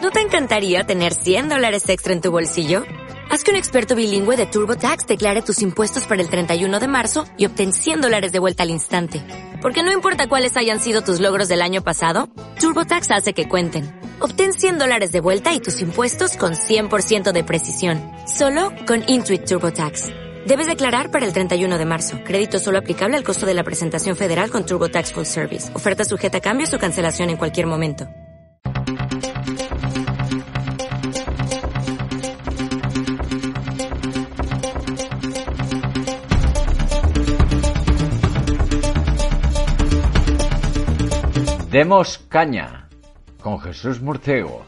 ¿No te encantaría tener $100 extra en tu bolsillo? Haz que un experto bilingüe de TurboTax declare tus impuestos para el 31 de marzo y obtén $100 de vuelta al instante. Porque no importa cuáles hayan sido tus logros del año pasado, TurboTax hace que cuenten. Obtén $100 de vuelta y tus impuestos con 100% de precisión. Solo con Intuit TurboTax. Debes declarar para el 31 de marzo. Crédito solo aplicable al costo de la presentación federal con TurboTax Full Service. Oferta sujeta a cambios o cancelación en cualquier momento. Demos caña con Jesús Murciego.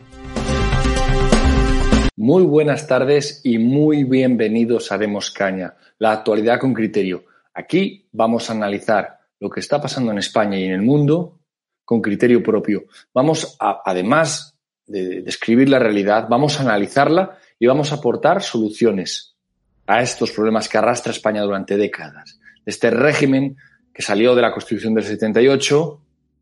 Muy buenas tardes y muy bienvenidos a Demos Caña, la actualidad con criterio. Aquí vamos a analizar lo que está pasando en España y en el mundo con criterio propio. Vamos a, además de describir la realidad, vamos a analizarla y vamos a aportar soluciones a estos problemas que arrastra España durante décadas. Este régimen que salió de la Constitución del 78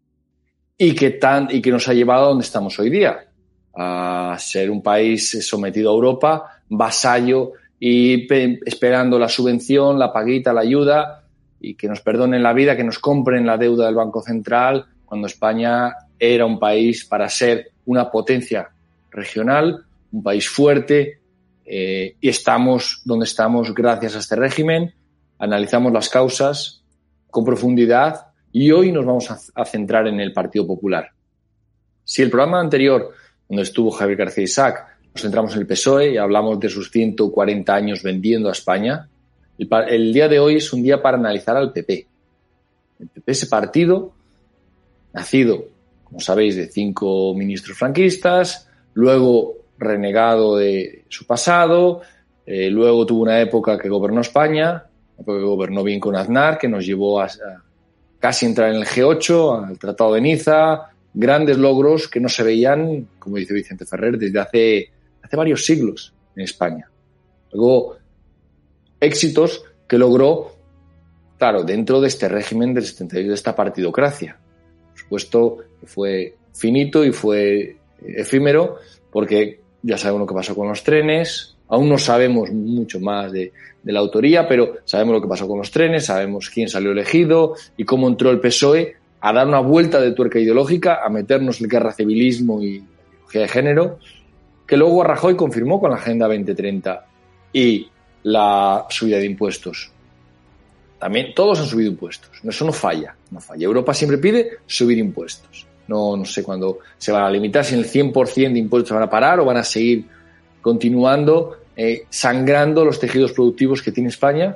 y que nos ha llevado a donde estamos hoy día, a ser un país sometido a Europa, vasallo y esperando la subvención, la paguita, la ayuda y que nos perdonen la vida, que nos compren la deuda del Banco Central, cuando España era un país para ser una potencia regional, un país fuerte, y estamos donde estamos gracias a este régimen. Analizamos las causas con profundidad y hoy nos vamos a centrar en el Partido Popular. Si el programa anterior, donde estuvo Javier García Isaac, nos centramos en el PSOE y hablamos de sus 140 años vendiendo a España, el día de hoy es un día para analizar al PP. El PP, ese partido, nacido, como sabéis, de 5 ministros franquistas, luego renegado de su pasado, luego tuvo una época que gobernó España, una época que gobernó bien con Aznar, que nos llevó a casi entrar en el G8, al Tratado de Niza, grandes logros que no se veían, como dice Vicente Ferrer, desde hace varios siglos en España. Luego, éxitos que logró, claro, dentro de este régimen del 78, de esta partidocracia. Por supuesto que fue finito y fue efímero, porque ya sabemos lo que pasó con los trenes. Aún no sabemos mucho más de la autoría, pero sabemos lo que pasó con los trenes, sabemos quién salió elegido y cómo entró el PSOE a dar una vuelta de tuerca ideológica, a meternos en guerra civilismo y ideología de género, que luego Rajoy confirmó con la Agenda 2030 y la subida de impuestos. También todos han subido impuestos, eso no falla. Europa siempre pide subir impuestos. No sé cuándo se van a limitar, si en el 100% de impuestos se van a parar o van a seguir continuando sangrando los tejidos productivos que tiene España.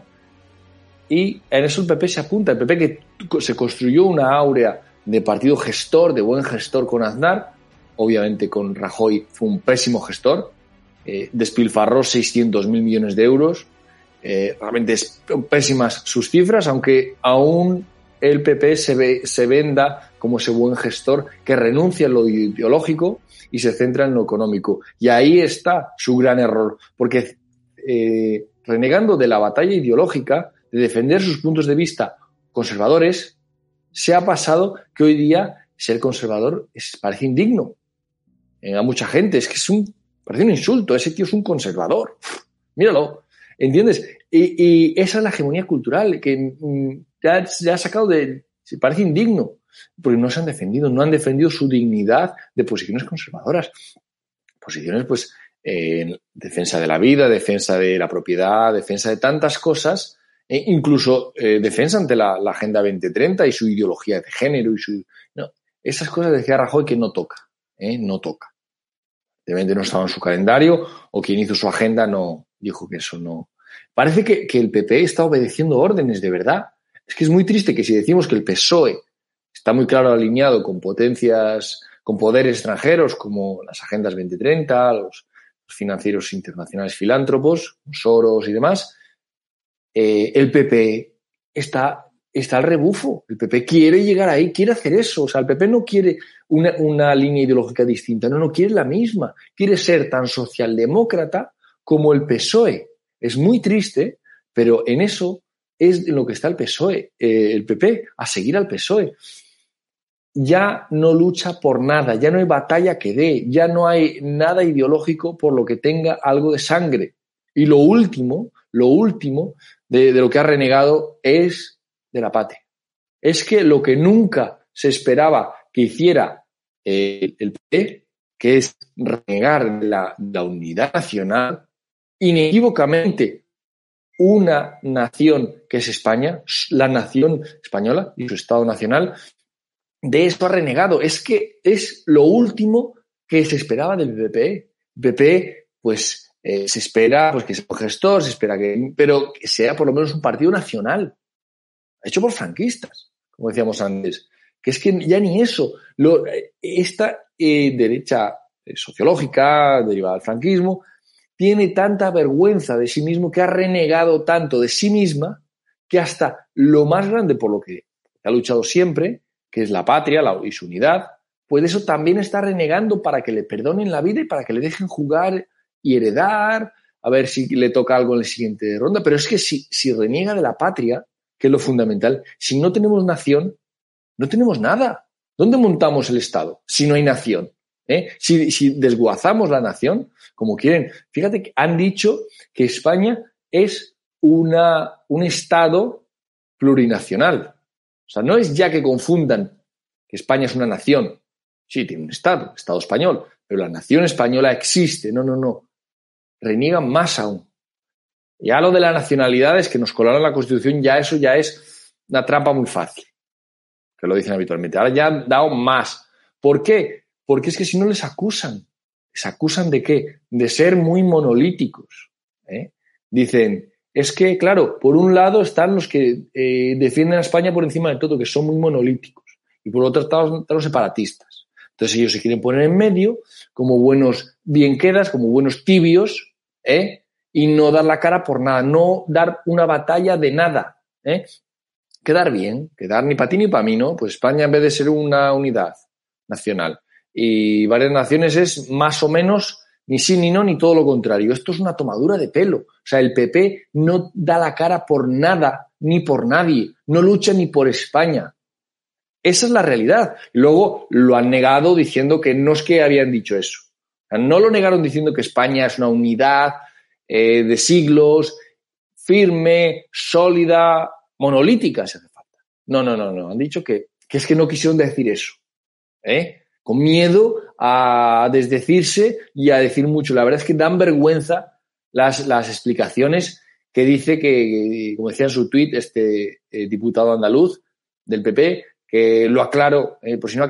Y en eso el PP se apunta. El PP, que se construyó una áurea de partido gestor, de buen gestor con Aznar, obviamente con Rajoy fue un pésimo gestor, despilfarró 600.000 millones de euros, realmente son pésimas sus cifras, aunque aún el PP se venda como ese buen gestor que renuncia a lo ideológico y se centra en lo económico. Y ahí está su gran error, porque renegando de la batalla ideológica, de defender sus puntos de vista conservadores, se ha pasado que hoy día ser conservador parece indigno. A mucha gente es que parece un insulto, ese tío es un conservador. Míralo, ¿entiendes? Y esa es la hegemonía cultural que ya ha sacado se parece indigno, porque no se han defendido, no han defendido su dignidad de posiciones conservadoras. Posiciones, pues, en defensa de la vida, defensa de la propiedad, defensa de tantas cosas, incluso defensa ante la Agenda 2030 y su ideología de género esas cosas decía Rajoy que no toca, no toca. Evidentemente no estaba en su calendario, o quien hizo su agenda no dijo que eso no. Parece que el PP está obedeciendo órdenes de verdad. Es que es muy triste que si decimos que el PSOE está muy claro alineado con potencias, con poderes extranjeros como las Agendas 2030, los financieros internacionales filántropos, Soros y demás, el PP está al rebufo. El PP quiere llegar ahí, quiere hacer eso. O sea, el PP no quiere una línea ideológica distinta, no quiere la misma. Quiere ser tan socialdemócrata como el PSOE. Es muy triste, pero en eso es en lo que está el PSOE, el PP, a seguir al PSOE. ya no lucha por nada, ya no hay batalla que dé, ya no hay nada ideológico por lo que tenga algo de sangre. Y lo último de lo que ha renegado es de la patria. Es que lo que nunca se esperaba que hiciera el PP, que es renegar la unidad nacional, inequívocamente una nación que es España, la nación española y su Estado nacional, de eso ha renegado. Es que es lo último que se esperaba del PP. PP, pues se espera pues, que sea un gestor, pero que sea por lo menos un partido nacional, hecho por franquistas, como decíamos antes. Que es que ya ni eso. Esta derecha sociológica, derivada del franquismo, tiene tanta vergüenza de sí mismo, que ha renegado tanto de sí misma, que hasta lo más grande por lo que ha luchado siempre, que es la patria y su unidad, pues eso también está renegando para que le perdonen la vida y para que le dejen jugar y heredar, a ver si le toca algo en la siguiente ronda. Pero es que si reniega de la patria, que es lo fundamental, si no tenemos nación, no tenemos nada. ¿Dónde montamos el Estado si no hay nación? Si desguazamos la nación, como quieren. Fíjate que han dicho que España es un Estado plurinacional. O sea, no es ya que confundan que España es una nación. Sí, tiene un Estado español, pero la nación española existe. No. Reniegan más aún. Ya lo de la nacionalidad es que nos colaron la Constitución, eso ya es una trampa muy fácil, que lo dicen habitualmente. Ahora ya han dado más. ¿Por qué? Porque es que si no les acusan. ¿Les acusan de qué? De ser muy monolíticos. Dicen, es que, claro, por un lado están los que defienden a España por encima de todo, que son muy monolíticos. Y por otro están los separatistas. Entonces ellos se quieren poner en medio como buenos bienquedas, como buenos tibios, y no dar la cara por nada, no dar una batalla de nada. Quedar bien, quedar ni para ti ni para mí, ¿no? Pues España, en vez de ser una unidad nacional y varias naciones, es más o menos ni sí ni no, ni todo lo contrario. Esto es una tomadura de pelo. O sea, el PP no da la cara por nada ni por nadie, no lucha ni por España. Esa es la realidad. Y luego lo han negado diciendo que no es que habían dicho eso. O sea, no lo negaron diciendo que España es una unidad de siglos, firme, sólida, monolítica, si hace falta. No. Han dicho que es que no quisieron decir eso. Con miedo a desdecirse y a decir mucho. La verdad es que dan vergüenza las explicaciones que dice que, como decía en su tuit, este diputado andaluz del PP, que lo aclaro, por si no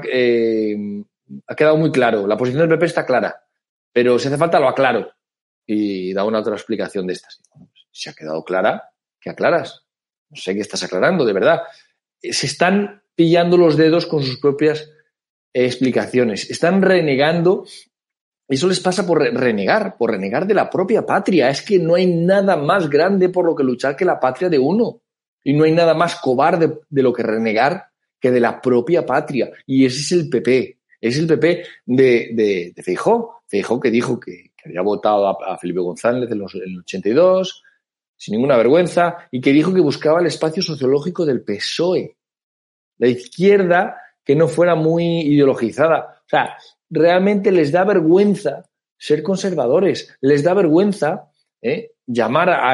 ha quedado muy claro. La posición del PP está clara, pero si hace falta lo aclaro. Y da una otra explicación de estas. Si ha quedado clara, ¿qué aclaras? No sé qué estás aclarando, de verdad. Se están pillando los dedos con sus propias explicaciones. Están renegando. Eso les pasa por renegar de la propia patria. Es que no hay nada más grande por lo que luchar que la patria de uno. Y no hay nada más cobarde de lo que renegar que de la propia patria. Y ese es el PP. Es el PP de Feijóo. Feijóo, que dijo que había votado a Felipe González en el 82, sin ninguna vergüenza, y que dijo que buscaba el espacio sociológico del PSOE. La izquierda que no fuera muy ideologizada. O sea, realmente les da vergüenza ser conservadores. Les da vergüenza llamar a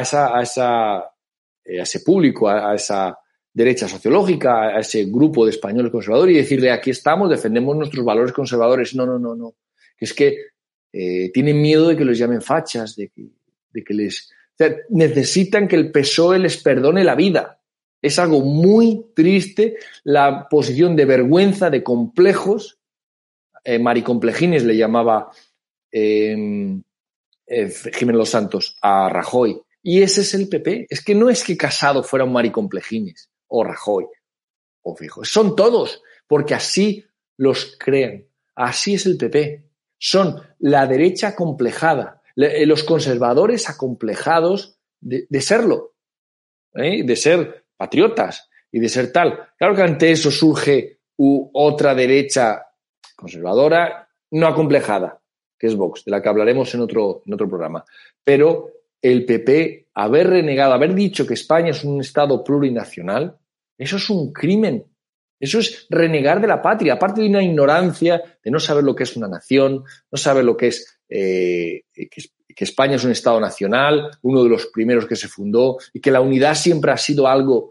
ese público, a esa derecha sociológica, a ese grupo de españoles conservadores y decirle, aquí estamos, defendemos nuestros valores conservadores. No. Es que tienen miedo de que los llamen fachas, de que les... O sea, necesitan que el PSOE les perdone la vida. Es algo muy triste la posición de vergüenza, de complejos. Maricomplejines le llamaba Jiménez Los Santos a Rajoy. Y ese es el PP. Es que no es que Casado fuera un maricomplejines, o Rajoy, o Feijóo. Son todos, porque así los crean. Así es el PP. Son la derecha acomplejada, los conservadores acomplejados de serlo, de ser patriotas y de ser tal. Claro que ante eso surge otra derecha conservadora no acomplejada, que es Vox, de la que hablaremos en otro programa. Pero el PP, haber renegado, haber dicho que España es un Estado plurinacional, eso es un crimen. Eso es renegar de la patria, aparte de una ignorancia, de no saber lo que es una nación, no saber lo que es que España es un Estado nacional, uno de los primeros que se fundó, y que la unidad siempre ha sido algo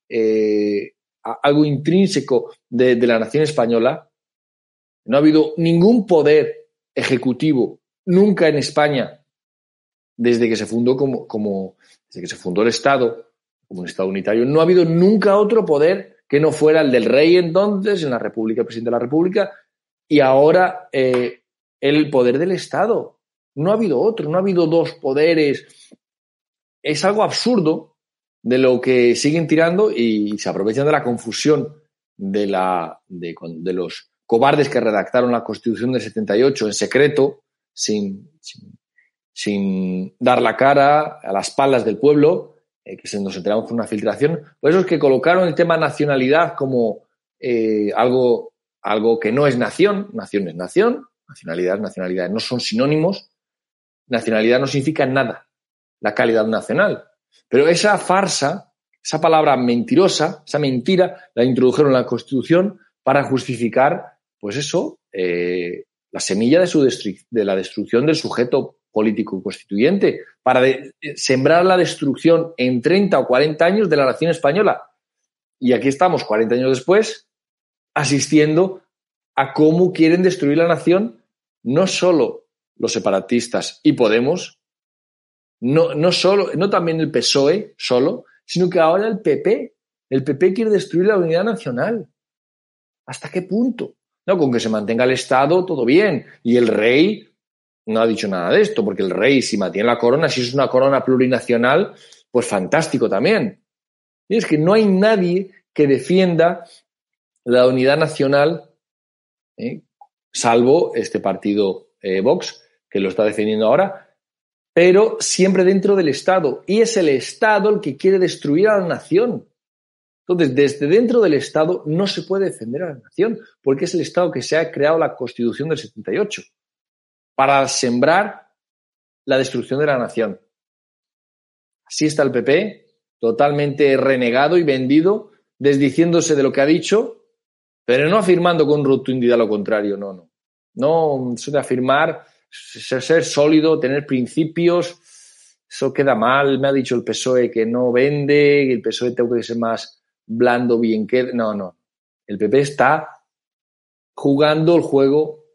intrínseco de la nación española. No ha habido ningún poder ejecutivo nunca en España desde que se fundó desde que se fundó el Estado como un Estado unitario. No ha habido nunca otro poder que no fuera el del rey entonces, en la República, el presidente de la República, y ahora el poder del Estado. No ha habido otro, no ha habido dos poderes. Es algo absurdo de lo que siguen tirando y se aprovechan de la confusión de los cobardes que redactaron la Constitución del 78 en secreto, sin dar la cara, a las espaldas del pueblo, que nos enteramos por una filtración. Por eso es que colocaron el tema nacionalidad como algo que no es nación. Nación es nación, nacionalidad es nacionalidad. No son sinónimos. Nacionalidad no significa nada, la calidad nacional. Pero esa farsa, esa palabra mentirosa, esa mentira, la introdujeron en la Constitución para justificar, pues eso, la semilla de la destrucción del sujeto político constituyente, para sembrar la destrucción en 30 o 40 años de la nación española. Y aquí estamos, 40 años después, asistiendo a cómo quieren destruir la nación, no solo los separatistas y Podemos, no también el PSOE solo, sino que ahora el PP. El PP quiere destruir la unidad nacional. ¿Hasta qué punto? No, con que se mantenga el Estado, todo bien. Y el rey no ha dicho nada de esto, porque el rey, si mantiene la corona, si es una corona plurinacional, pues fantástico también. Y es que no hay nadie que defienda la unidad nacional, salvo este partido Vox, que lo está defendiendo ahora, pero siempre dentro del Estado. Y es el Estado el que quiere destruir a la nación. Entonces, desde dentro del Estado no se puede defender a la nación, porque es el Estado que se ha creado la Constitución del 78 para sembrar la destrucción de la nación. Así está el PP, totalmente renegado y vendido, desdiciéndose de lo que ha dicho, pero no afirmando con rotundidad lo contrario, no. No, eso de afirmar, ser sólido, tener principios, eso queda mal. Me ha dicho el PSOE que no vende, que el PSOE tengo que ser más blando, bien que... No. El PP está jugando el juego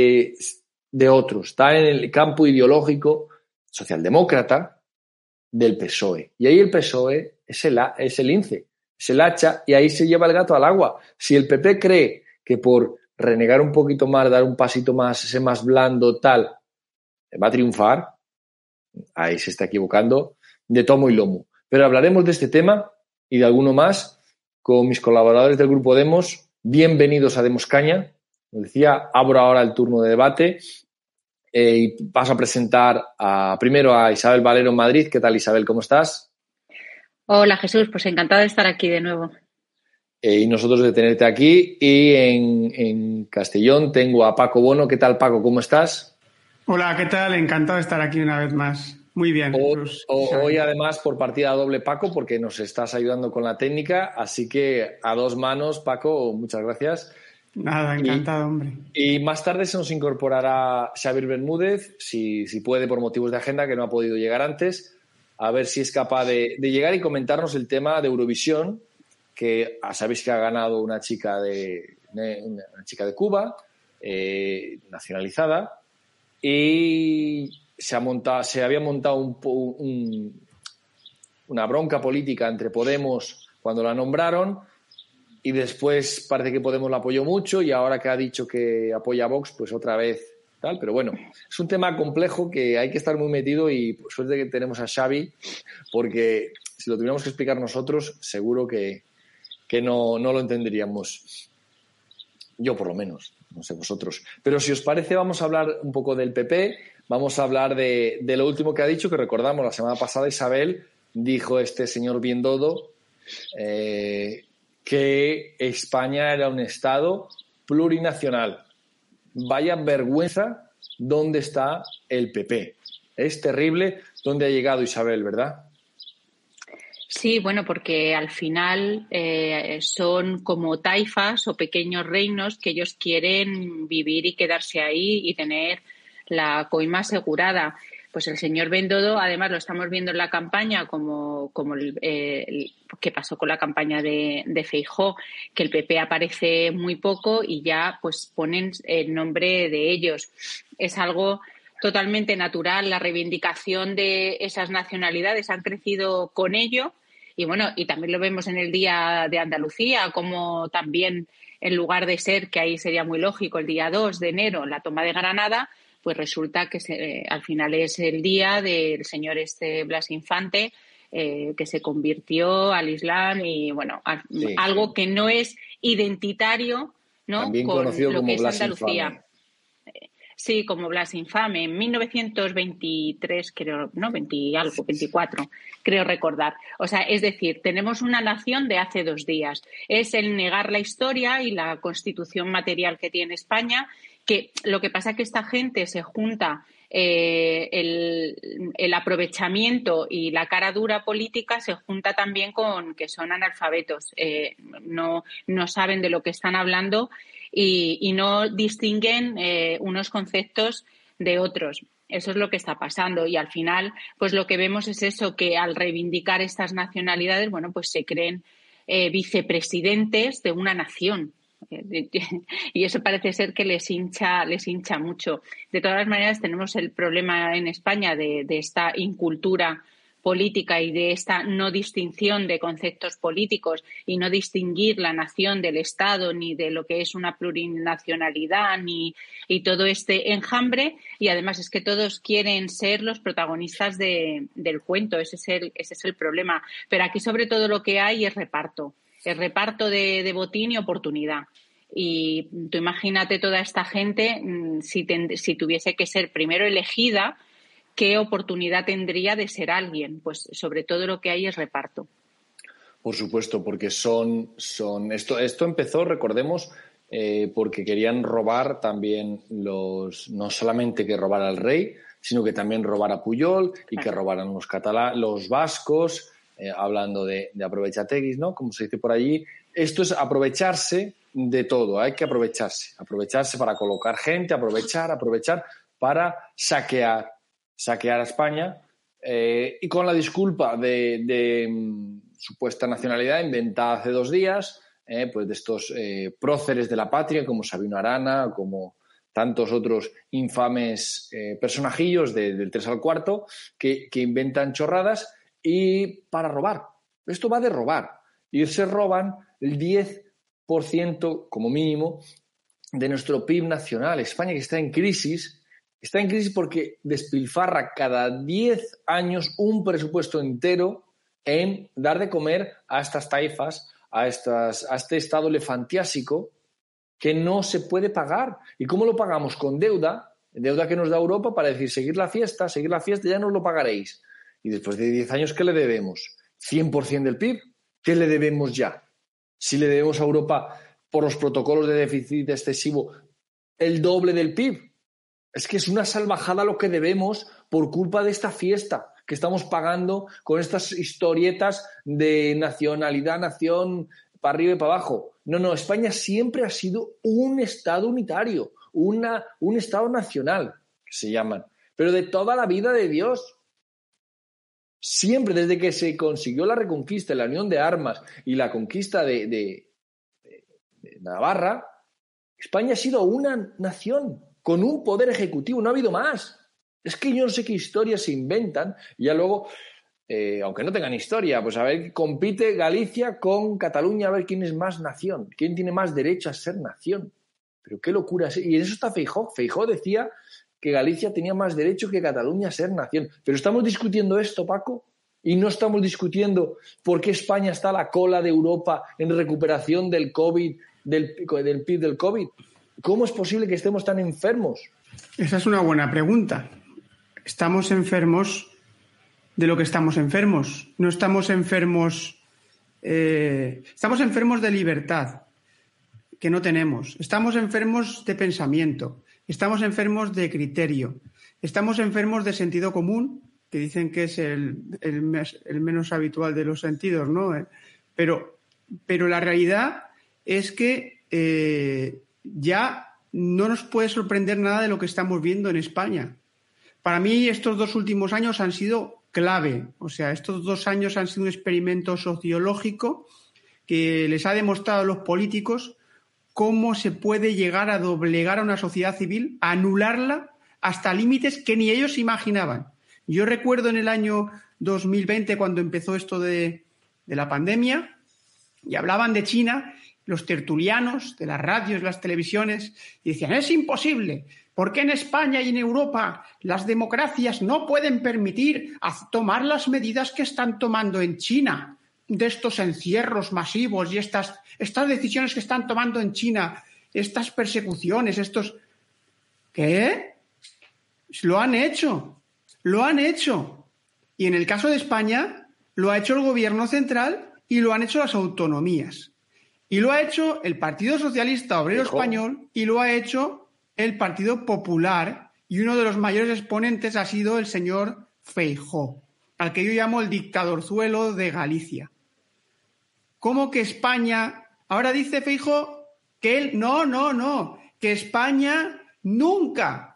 de otros. Está en el campo ideológico socialdemócrata del PSOE. Y ahí el PSOE es el lince, es el hacha, y ahí se lleva el gato al agua. Si el PP cree que por renegar un poquito más, dar un pasito más, ser más blando, tal, va a triunfar, ahí se está equivocando de tomo y lomo. Pero hablaremos de este tema y de alguno más con mis colaboradores del Grupo Demos. Bienvenidos a Demos Caña. Como decía, abro ahora el turno de debate y paso a presentar primero a Isabel Valero en Madrid. ¿Qué tal, Isabel? ¿Cómo estás? Hola, Jesús. Pues encantada de estar aquí de nuevo. Y nosotros de tenerte aquí. Y en Castellón tengo a Paco Bono. ¿Qué tal, Paco? ¿Cómo estás? Hola, ¿qué tal? Encantado de estar aquí una vez más. Muy bien. Hoy además por partida doble, Paco, porque nos estás ayudando con la técnica. Así que a dos manos, Paco, muchas gracias. Nada, encantado, hombre. Y más tarde se nos incorporará Xavier Bermúdez, si puede por motivos de agenda, que no ha podido llegar antes, a ver si es capaz de llegar y comentarnos el tema de Eurovisión, que sabéis que ha ganado una chica de Cuba, nacionalizada, y se había montado una bronca política entre Podemos cuando la nombraron, y después parece que Podemos la apoyó mucho, y ahora que ha dicho que apoya a Vox, pues otra vez tal. Pero bueno, es un tema complejo que hay que estar muy metido, y por suerte que tenemos a Xavi, porque si lo tuviéramos que explicar nosotros, seguro que no lo entenderíamos. Yo por lo menos, no sé vosotros. Pero si os parece, vamos a hablar un poco del PP, vamos a hablar de lo último que ha dicho, que recordamos la semana pasada Isabel, dijo este señor Biendodo, que España era un Estado plurinacional. Vaya vergüenza dónde está el PP. Es terrible dónde ha llegado Isabel, ¿verdad? Sí, bueno, porque al final son como taifas o pequeños reinos que ellos quieren vivir y quedarse ahí y tener la coima asegurada. Pues el señor Bendodo, además lo estamos viendo en la campaña, como que pasó con la campaña de Feijóo, que el PP aparece muy poco y ya pues ponen el nombre de ellos. Es algo totalmente natural, la reivindicación de esas nacionalidades han crecido con ello y bueno, y también lo vemos en el Día de Andalucía, como también en lugar de ser, que ahí sería muy lógico, el día 2 de enero, la toma de Granada, pues resulta que al final es el día del señor Blas Infante, que se convirtió al Islam y bueno, Sí, algo sí. que no es identitario, ¿no?, También con conocido lo como que es Blas Andalucía. Infame. Sí, como Blas Infame, en 1923, creo, ¿no? 20 y algo, 24, creo recordar. O sea, es decir, tenemos una nación de hace 2 días. Es el negar la historia y la constitución material que tiene España, que lo que pasa es que esta gente se junta el aprovechamiento y la cara dura política se junta también con que son analfabetos, no saben de lo que están hablando y no distinguen unos conceptos de otros. Eso es lo que está pasando y al final pues lo que vemos es eso, que al reivindicar estas nacionalidades, bueno, pues se creen vicepresidentes de una nación. Y eso parece ser que les hincha mucho. De todas maneras, tenemos el problema en España de esta incultura política y de esta no distinción de conceptos políticos y no distinguir la nación del Estado ni de lo que es una plurinacionalidad y todo este enjambre. Y además es que todos quieren ser los protagonistas del cuento. Ese es el problema. Pero aquí sobre todo lo que hay es reparto. El reparto de botín y oportunidad. Y tú imagínate toda esta gente, si tuviese que ser primero elegida, ¿qué oportunidad tendría de ser alguien? Pues sobre todo lo que hay es reparto. Por supuesto, porque esto empezó, recordemos, porque querían robar también no solamente que robara al rey, sino que también robara Pujol y claro, que robaran los vascos, hablando de aprovechateguis, ¿no? Como se dice por allí. Esto es aprovecharse de todo, hay que aprovecharse para colocar gente, aprovechar para saquear a España y con la disculpa de supuesta nacionalidad inventada hace 2 días, pues de estos próceres de la patria como Sabino Arana, como tantos otros infames personajillos del 3 al 4 que inventan chorradas y para robar. Esto va de robar y se roban el 10% como mínimo de nuestro PIB nacional. España, que está en crisis porque despilfarra cada 10 años un presupuesto entero en dar de comer a estas taifas, a este estado elefantiásico que no se puede pagar. ¿Y cómo lo pagamos? Con deuda que nos da Europa para decir, seguir la fiesta, ya nos lo pagaréis. Y después de 10 años, ¿qué le debemos? ¿100% del PIB? ¿Qué le debemos ya? Si le debemos a Europa por los protocolos de déficit excesivo el doble del PIB. Es que es una salvajada lo que debemos por culpa de esta fiesta que estamos pagando con estas historietas de nacionalidad, nación, para arriba y para abajo. No, España siempre ha sido un Estado unitario, un Estado nacional, que se llaman, pero de toda la vida de Dios. Siempre, desde que se consiguió la reconquista, la unión de armas y la conquista de Navarra, España ha sido una nación con un poder ejecutivo, no ha habido más. Es que yo no sé qué historias se inventan y ya luego, aunque no tengan historia, pues a ver, compite Galicia con Cataluña a ver quién es más nación, quién tiene más derecho a ser nación. Pero qué locura. Y en eso está Feijóo. Feijóo decía que Galicia tenía más derecho que Cataluña a ser nación. Pero estamos discutiendo esto, Paco, y no estamos discutiendo por qué España está a la cola de Europa en recuperación del COVID, del PIB del COVID. ¿Cómo es posible que estemos tan enfermos? Esa es una buena pregunta. Estamos enfermos de lo que estamos enfermos. No estamos enfermos... estamos enfermos de libertad, que no tenemos. Estamos enfermos de pensamiento. Estamos enfermos de criterio. Estamos enfermos de sentido común que dicen que es el menos habitual de los sentidos, ¿no? Pero la realidad es que ya no nos puede sorprender nada de lo que estamos viendo en España. Para mí estos 2 últimos años han sido clave. O sea, estos 2 años han sido un experimento sociológico que les ha demostrado a los políticos cómo se puede llegar a doblegar a una sociedad civil, a anularla hasta límites que ni ellos imaginaban. Yo recuerdo en el año 2020, cuando empezó esto de la pandemia, y hablaban de China, los tertulianos de las radios, las televisiones, y decían, es imposible, ¿por qué en España y en Europa las democracias no pueden permitir tomar las medidas que están tomando en China, de estos encierros masivos y estas decisiones que están tomando en China, estas persecuciones, estos... ¿Qué? Lo han hecho. Y en el caso de España, lo ha hecho el gobierno central y lo han hecho las autonomías. Y lo ha hecho el Partido Socialista Obrero Español y lo ha hecho el Partido Popular. Y uno de los mayores exponentes ha sido el señor Feijóo, al que yo llamo el dictadorzuelo de Galicia. ¿Cómo que España? Ahora dice Feijóo que él... No, que España nunca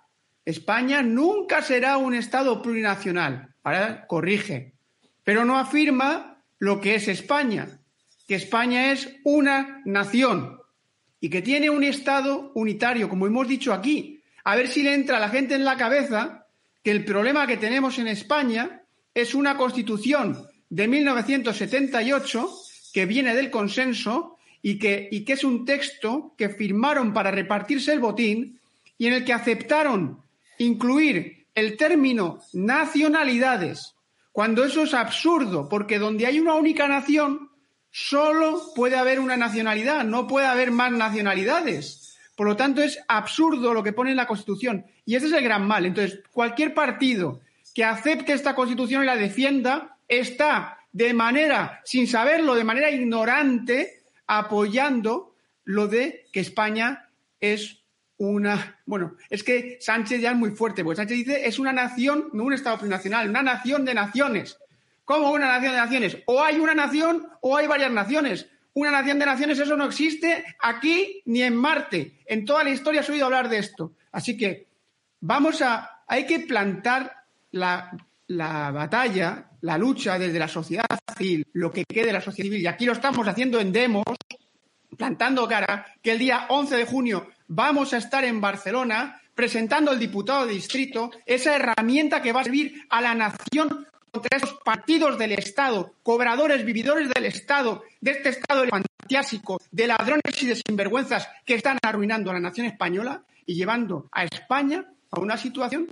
será un Estado plurinacional. Ahora corrige. Pero no afirma lo que es España, que España es una nación y que tiene un Estado unitario, como hemos dicho aquí. A ver si le entra a la gente en la cabeza que el problema que tenemos en España es una Constitución de 1978 que viene del consenso y que es un texto que firmaron para repartirse el botín y en el que aceptaron incluir el término nacionalidades, cuando eso es absurdo, porque donde hay una única nación solo puede haber una nacionalidad, no puede haber más nacionalidades. Por lo tanto, es absurdo lo que pone en la Constitución. Y ese es el gran mal. Entonces, cualquier partido que acepte esta Constitución y la defienda está de manera, sin saberlo, de manera ignorante, apoyando lo de que España es una... Bueno, es que Sánchez ya es muy fuerte, porque Sánchez dice es una nación, no un Estado plurinacional, una nación de naciones. ¿Cómo una nación de naciones? O hay una nación o hay varias naciones. Una nación de naciones, eso no existe aquí ni en Marte. En toda la historia has oído hablar de esto. Así que hay que plantar la batalla, la lucha desde la sociedad civil, lo que quede de la sociedad civil. Y aquí lo estamos haciendo en Demos, plantando cara, que el día 11 de junio vamos a estar en Barcelona presentando el diputado de distrito, esa herramienta que va a servir a la nación contra esos partidos del Estado, cobradores, vividores del Estado, de este Estado elefantiásico, de ladrones y de sinvergüenzas que están arruinando a la nación española y llevando a España a una situación,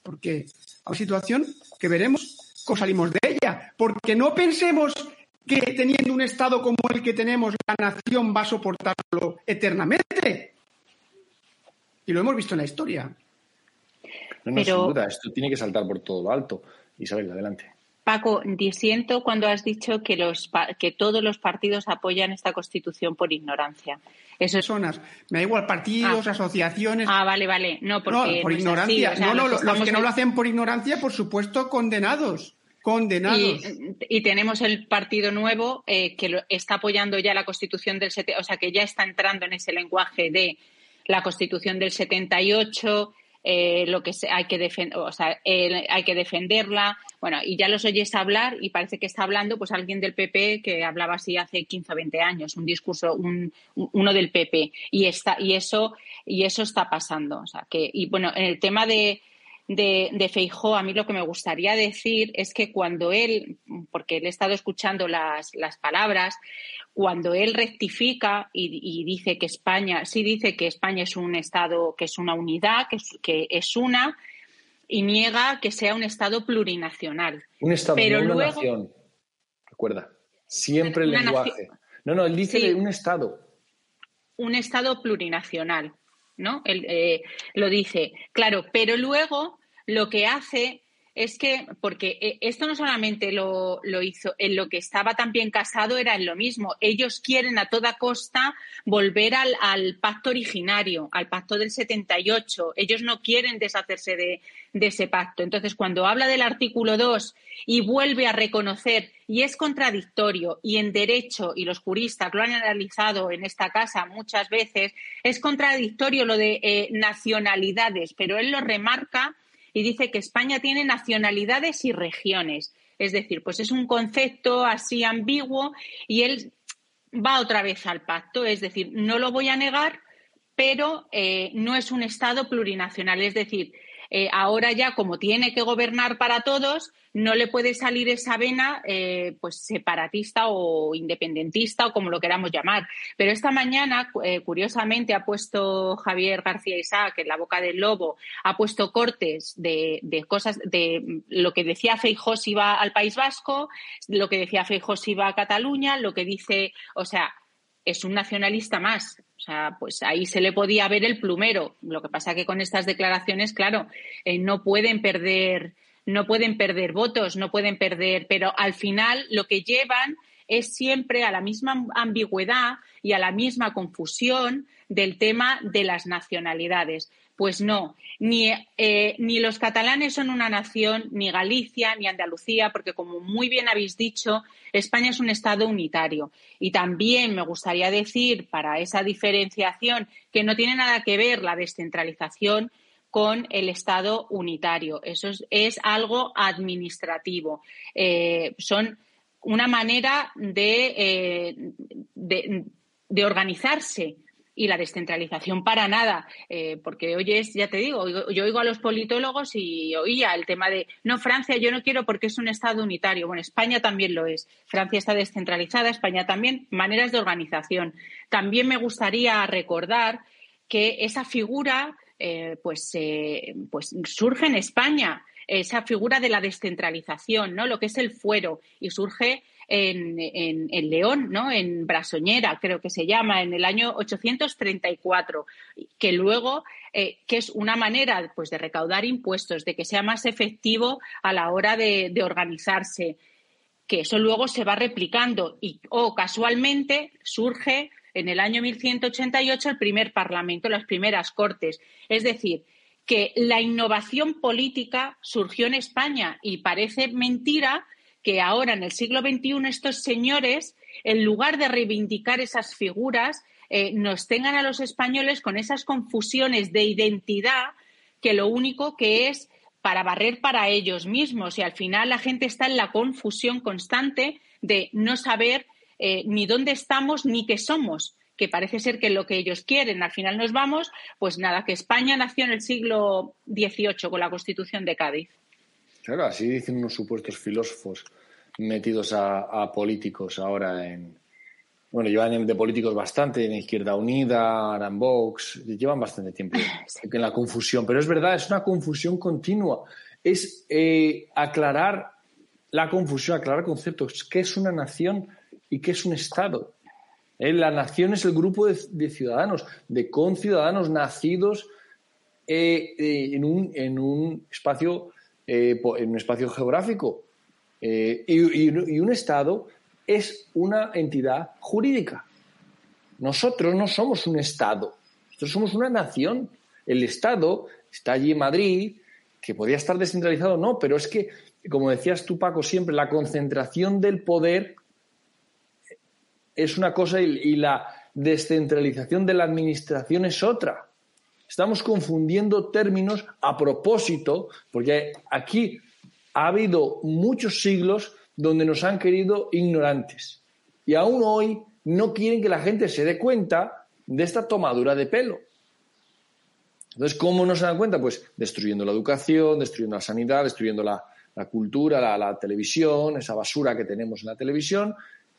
que veremos cómo salimos de ella. Porque no pensemos que teniendo un Estado como el que tenemos, la nación va a soportarlo eternamente. Y lo hemos visto en la historia. No, sin duda, esto tiene que saltar por todo lo alto. Isabel, adelante. Paco, disiento cuando has dicho que todos los partidos apoyan esta Constitución por ignorancia. Eso es... Personas. Me da igual, partidos, asociaciones... Vale. No, porque no, por ignorancia. Es así. O sea, los que no lo hacen por ignorancia, por supuesto, condenados. Y tenemos el Partido Nuevo que está apoyando ya la Constitución del 78, o sea, que ya está entrando en ese lenguaje de la Constitución del 78, lo que hay que hay que defenderla. Bueno, y ya los oyes hablar y parece que está hablando pues alguien del PP que hablaba así hace 15 o 20 años, un discurso, uno del PP. Y eso está pasando. O sea, en el tema de Feijóo, a mí lo que me gustaría decir es que cuando él, porque le he estado escuchando las palabras, cuando él rectifica y dice que España es un Estado, que es una unidad, que es una, y niega que sea un Estado plurinacional. Un Estado, pero no luego, una nación. Recuerda, siempre el lenguaje. No, él dice sí, un Estado. Un Estado plurinacional, ¿no? Él lo dice, claro, pero luego lo que hace es que, porque esto no solamente lo hizo, en lo que estaba también casado era en lo mismo. Ellos quieren a toda costa volver al pacto originario, al pacto del 78. Ellos no quieren deshacerse de ese pacto. Entonces, cuando habla del artículo 2 y vuelve a reconocer, y es contradictorio, y en derecho, y los juristas lo han analizado en esta casa muchas veces, es contradictorio lo de nacionalidades, pero él lo remarca y dice que España tiene nacionalidades y regiones. Es decir, pues es un concepto así ambiguo y él va otra vez al pacto. Es decir, no lo voy a negar, pero no es un Estado plurinacional. Es decir, ahora ya como tiene que gobernar para todos, no le puede salir esa vena pues separatista o independentista o como lo queramos llamar. Pero esta mañana, curiosamente, ha puesto Javier García Isaac en La Boca del Lobo, ha puesto cortes de cosas, de lo que decía Feijóo si va al País Vasco, lo que decía Feijóo si va a Cataluña, lo que dice, o sea, es un nacionalista más. O sea, pues ahí se le podía ver el plumero. Lo que pasa que con estas declaraciones, claro, no pueden perder votos, no pueden perder, pero al final lo que llevan es siempre a la misma ambigüedad y a la misma confusión del tema de las nacionalidades. Pues no, ni los catalanes son una nación, ni Galicia, ni Andalucía, porque como muy bien habéis dicho, España es un Estado unitario. Y también me gustaría decir, para esa diferenciación, que no tiene nada que ver la descentralización con el Estado unitario. Eso es algo administrativo. Son una manera de organizarse. Y la descentralización para nada, porque oyes, ya te digo, yo oigo a los politólogos y oía el tema de no, Francia yo no quiero porque es un Estado unitario. Bueno, España también lo es. Francia está descentralizada, España también, maneras de organización. También me gustaría recordar que esa figura pues surge en España, esa figura de la descentralización, ¿no? Lo que es el fuero, y surge en León, ¿no? En Brasoñera, creo que se llama, en el año 834, que luego, que es una manera pues de recaudar impuestos, de que sea más efectivo a la hora de organizarse, que eso luego se va replicando y casualmente surge en el año 1188 el primer Parlamento, las primeras Cortes. Es decir, que la innovación política surgió en España y parece mentira que ahora, en el siglo XXI, estos señores, en lugar de reivindicar esas figuras, nos tengan a los españoles con esas confusiones de identidad que lo único que es para barrer para ellos mismos. Y al final la gente está en la confusión constante de no saber ni dónde estamos ni qué somos, que parece ser que es lo que ellos quieren. Al final nos vamos, pues nada, que España nació en el siglo XVIII con la Constitución de Cádiz. Claro, así dicen unos supuestos filósofos metidos a políticos ahora bueno, llevan de políticos bastante, en Izquierda Unida, ahora en Vox, llevan bastante tiempo en la confusión. Pero es verdad, es una confusión continua. Es aclarar la confusión, aclarar conceptos. ¿Qué es una nación y qué es un Estado? La nación es el grupo de ciudadanos, de conciudadanos nacidos en un espacio geográfico. Y un Estado es una entidad jurídica. Nosotros no somos un Estado, nosotros somos una nación. El Estado está allí en Madrid, que podría estar descentralizado o no, pero es que, como decías tú, Paco, siempre la concentración del poder es una cosa y la descentralización de la administración es otra. Estamos confundiendo términos a propósito, porque aquí ha habido muchos siglos donde nos han querido ignorantes. Y aún hoy no quieren que la gente se dé cuenta de esta tomadura de pelo. Entonces, ¿cómo no se dan cuenta? Pues destruyendo la educación, destruyendo la sanidad, destruyendo la cultura, la televisión, esa basura que tenemos en la televisión,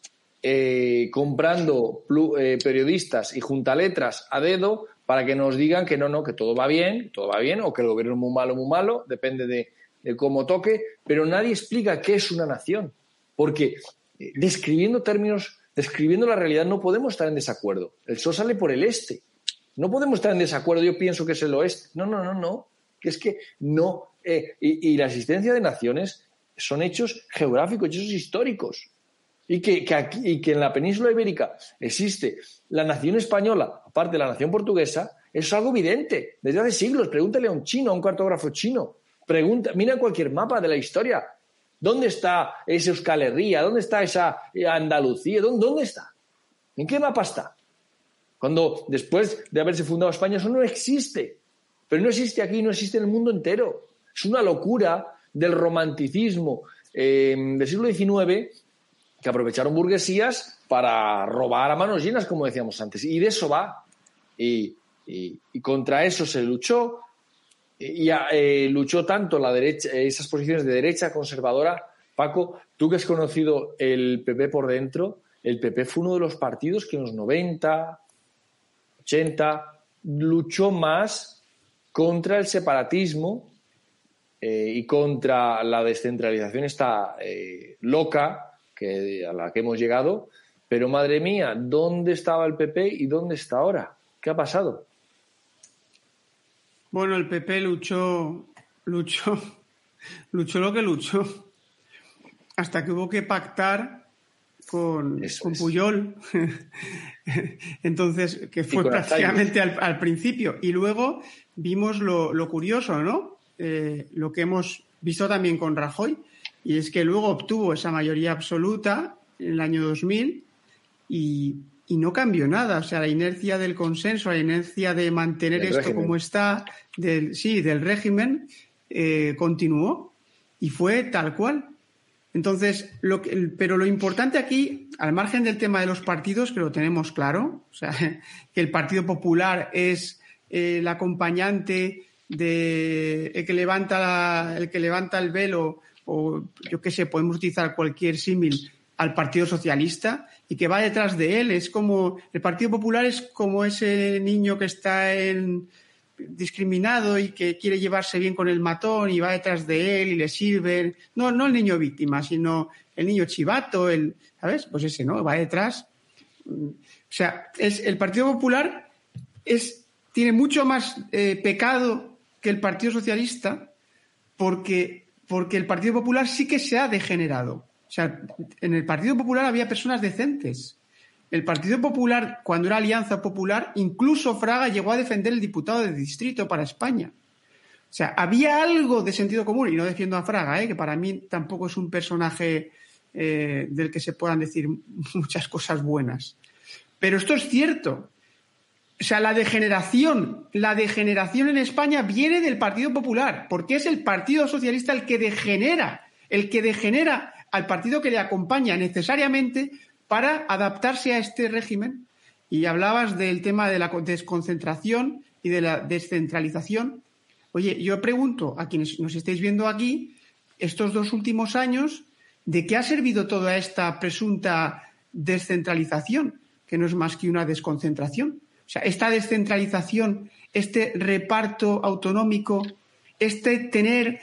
comprando periodistas y juntaletras a dedo para que nos digan que no, que todo va bien, o que el gobierno es muy malo, depende de cómo toque, pero nadie explica qué es una nación, porque describiendo términos, describiendo la realidad no podemos estar en desacuerdo. El sol sale por el este. No podemos estar en desacuerdo, yo pienso que es el oeste. No. que es que no... y la existencia de naciones son hechos geográficos, hechos históricos. Y que en la península ibérica existe la nación española, aparte de la nación portuguesa, es algo evidente. Desde hace siglos, pregúntale a un chino, a un cartógrafo chino. Mira cualquier mapa de la historia. ¿Dónde está esa Euskal Herria? ¿Dónde está esa Andalucía? ¿Dónde está? ¿En qué mapa está? Cuando después de haberse fundado España eso no existe. Pero no existe aquí, no existe en el mundo entero. Es una locura del romanticismo del siglo XIX que aprovecharon burguesías para robar a manos llenas, como decíamos antes. Y de eso va. Y contra eso se luchó. Luchó tanto la derecha, esas posiciones de derecha conservadora. Paco, tú que has conocido el PP por dentro, el PP fue uno de los partidos que en los 90, 80, luchó más contra el separatismo y contra la descentralización esta loca a la que hemos llegado. Pero, madre mía, ¿dónde estaba el PP y dónde está ahora? ¿Qué ha pasado? Bueno, el PP luchó lo que luchó, hasta que hubo que pactar con Pujol. Entonces, que fue prácticamente al principio. Y luego vimos lo curioso, ¿no? Lo que hemos visto también con Rajoy, y es que luego obtuvo esa mayoría absoluta en el año 2000 y no cambió nada. O sea, la inercia del consenso, la inercia de mantener esto régimen como está, del régimen, continuó y fue tal cual. Entonces, pero lo importante aquí, al margen del tema de los partidos, que lo tenemos claro, o sea, que el Partido Popular es el acompañante de el que levanta el velo, o yo qué sé, podemos utilizar cualquier símil al Partido Socialista, y que va detrás de él. Es como el Partido Popular es como ese niño que está discriminado y que quiere llevarse bien con el matón y va detrás de él y le sirve. No el niño víctima, sino el niño chivato, ¿sabes? Pues ese, ¿no? Va detrás. O sea, el Partido Popular tiene mucho más pecado que el Partido Socialista porque el Partido Popular sí que se ha degenerado. O sea, en el Partido Popular había personas decentes. El Partido Popular, cuando era Alianza Popular, incluso Fraga llegó a defender el diputado de distrito para España. O sea, había algo de sentido común, y no defiendo a Fraga, que para mí tampoco es un personaje del que se puedan decir muchas cosas buenas. Pero esto es cierto. O sea, la degeneración en España viene del Partido Popular, porque es el Partido Socialista el que degenera al partido que le acompaña necesariamente para adaptarse a este régimen. Y hablabas del tema de la desconcentración y de la descentralización. Oye, yo pregunto a quienes nos estáis viendo aquí, estos 2 últimos años, ¿de qué ha servido toda esta presunta descentralización? Que no es más que una desconcentración. O sea, esta descentralización, este reparto autonómico, tener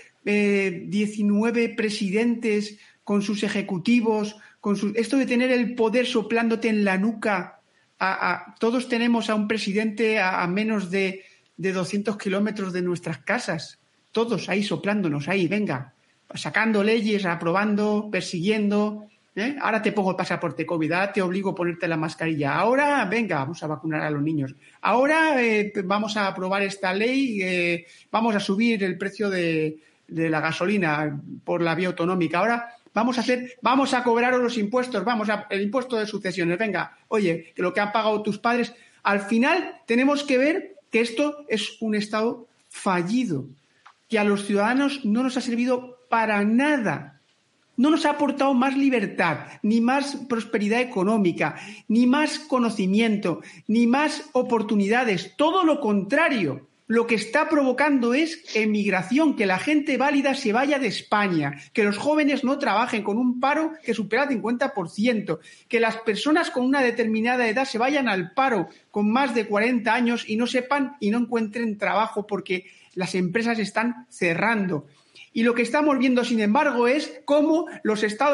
19 presidentes con sus ejecutivos, esto de tener el poder soplándote en la nuca. Todos tenemos a un presidente a menos de 200 kilómetros de nuestras casas. Todos ahí soplándonos, ahí, venga, sacando leyes, aprobando, persiguiendo. Ahora te pongo el pasaporte COVID, ahora te obligo a ponerte la mascarilla. Ahora, venga, vamos a vacunar a los niños. Ahora vamos a aprobar esta ley, vamos a subir el precio de la gasolina por la vía autonómica. Ahora vamos a cobraros los impuestos, el impuesto de sucesiones. Venga, oye, que lo que han pagado tus padres. Al final tenemos que ver que esto es un Estado fallido, que a los ciudadanos no nos ha servido para nada. No nos ha aportado más libertad, ni más prosperidad económica, ni más conocimiento, ni más oportunidades. Todo lo contrario. Lo que está provocando es emigración, que la gente válida se vaya de España, que los jóvenes no trabajen con un paro que supera el 50%, que las personas con una determinada edad se vayan al paro con más de 40 años y no sepan y no encuentren trabajo porque las empresas están cerrando. Y lo que estamos viendo, sin embargo, es cómo los estados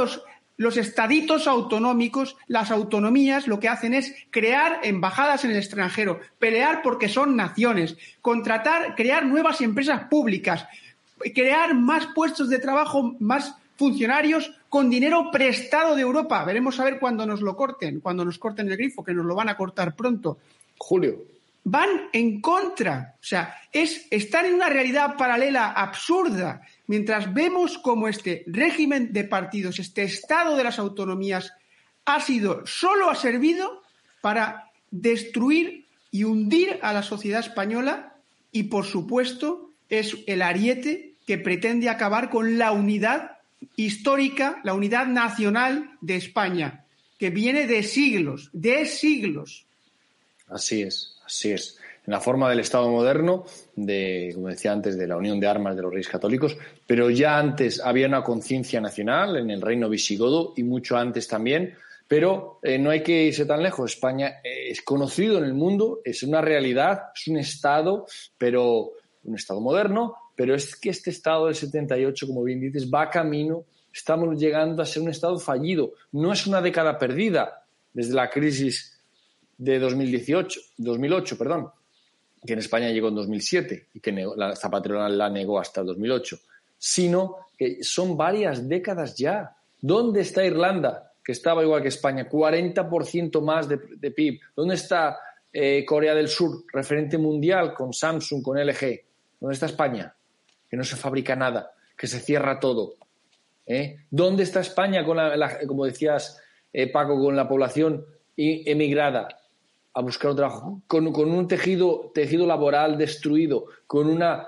Los estaditos autonómicos, las autonomías, lo que hacen es crear embajadas en el extranjero, pelear porque son naciones, contratar, crear nuevas empresas públicas, crear más puestos de trabajo, más funcionarios con dinero prestado de Europa. Veremos a ver cuando nos lo corten, cuando nos corten el grifo, que nos lo van a cortar pronto. Julio. Van en contra. O sea, están en una realidad paralela absurda. Mientras vemos cómo este régimen de partidos, este estado de las autonomías, solo ha servido para destruir y hundir a la sociedad española y, por supuesto, es el ariete que pretende acabar con la unidad histórica, la unidad nacional de España, que viene de siglos, de siglos. Así es. En la forma del Estado moderno, como decía antes, de la unión de armas de los reyes católicos, pero ya antes había una conciencia nacional en el reino visigodo y mucho antes también, pero no hay que irse tan lejos. España es conocido en el mundo, es una realidad, es un Estado, pero un Estado moderno, pero es que este Estado del 78, como bien dices, va camino, estamos llegando a ser un Estado fallido. No es una década perdida desde la crisis de 2008, que en España llegó en 2007 y que Zapatero la negó hasta 2008, sino que son varias décadas ya. ¿Dónde está Irlanda, que estaba igual que España, 40% más de PIB? ¿Dónde está Corea del Sur, referente mundial con Samsung, con LG? ¿Dónde está España? Que no se fabrica nada, que se cierra todo. ¿Dónde está España, como decías, Paco, con la población emigrada a buscar un trabajo, con un tejido laboral destruido, con una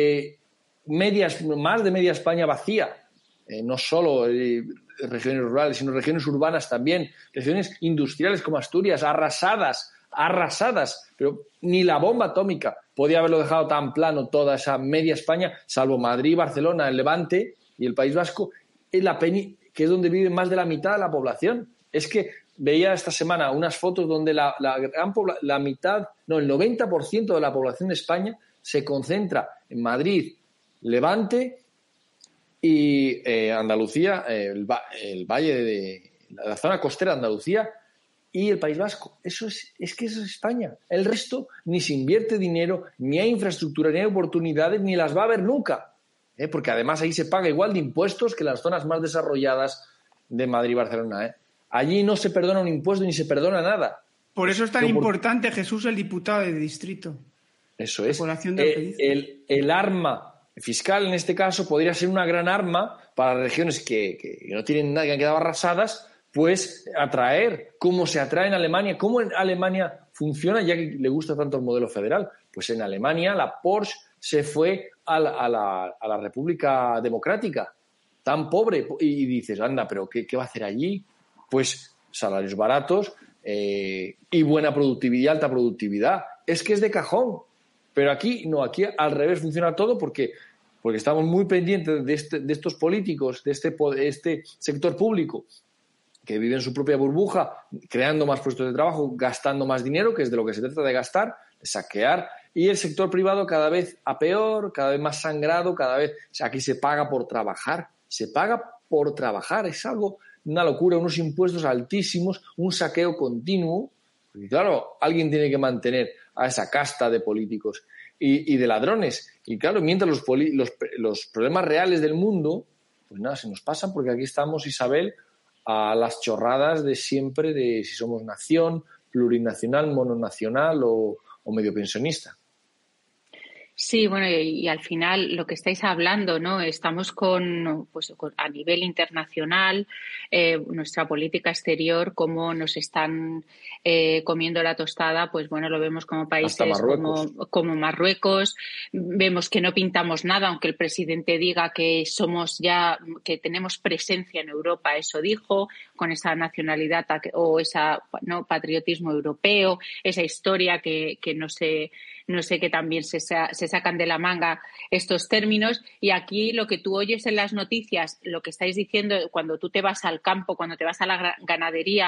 más de media España vacía, no solo regiones rurales, sino regiones urbanas también, regiones industriales como Asturias, arrasadas, pero ni la bomba atómica podía haberlo dejado tan plano toda esa media España, salvo Madrid, Barcelona, el Levante y el País Vasco, que es donde vive más de la mitad de la población. Es que veía esta semana unas fotos donde el 90% de la población de España se concentra en Madrid, Levante y Andalucía, el valle de la zona costera de Andalucía y el País Vasco. Eso es España. El resto ni se invierte dinero, ni hay infraestructura, ni hay oportunidades, ni las va a haber nunca. Porque además ahí se paga igual de impuestos que en las zonas más desarrolladas de Madrid y Barcelona. Allí no se perdona un impuesto ni se perdona nada. Por eso es tan importante, Jesús, el diputado de distrito. Eso es. El arma fiscal, en este caso, podría ser una gran arma para regiones que no tienen nada, que han quedado arrasadas, pues atraer. ¿Cómo se atrae en Alemania? ¿Cómo en Alemania funciona, ya que le gusta tanto el modelo federal? Pues en Alemania la Porsche se fue a la República Democrática, tan pobre. Y dices, anda, ¿pero qué va a hacer allí? Pues salarios baratos y buena productividad, alta productividad. Es que es de cajón. Pero aquí no, aquí al revés funciona todo porque estamos muy pendientes de estos políticos, de este sector público que vive en su propia burbuja, creando más puestos de trabajo, gastando más dinero, que es de lo que se trata de gastar, de saquear, y el sector privado cada vez a peor, cada vez más sangrado, aquí se paga por trabajar, es algo, una locura, unos impuestos altísimos, un saqueo continuo, y claro, alguien tiene que mantener a esa casta de políticos y de ladrones, y claro, mientras los problemas reales del mundo, pues nada, se nos pasan, porque aquí estamos, Isabel, a las chorradas de siempre de si somos nación, plurinacional, mononacional o medio pensionista. Sí, bueno, y al final lo que estáis hablando, ¿no? Estamos a nivel internacional, nuestra política exterior, cómo nos están comiendo la tostada, pues bueno, lo vemos como países como Marruecos, vemos que no pintamos nada, aunque el presidente diga que que tenemos presencia en Europa, eso dijo, con esa nacionalidad o esa, ¿no?, patriotismo europeo, esa historia que no sé que también se sacan de la manga estos términos, y aquí lo que tú oyes en las noticias, lo que estáis diciendo cuando tú te vas al campo, cuando te vas a la ganadería,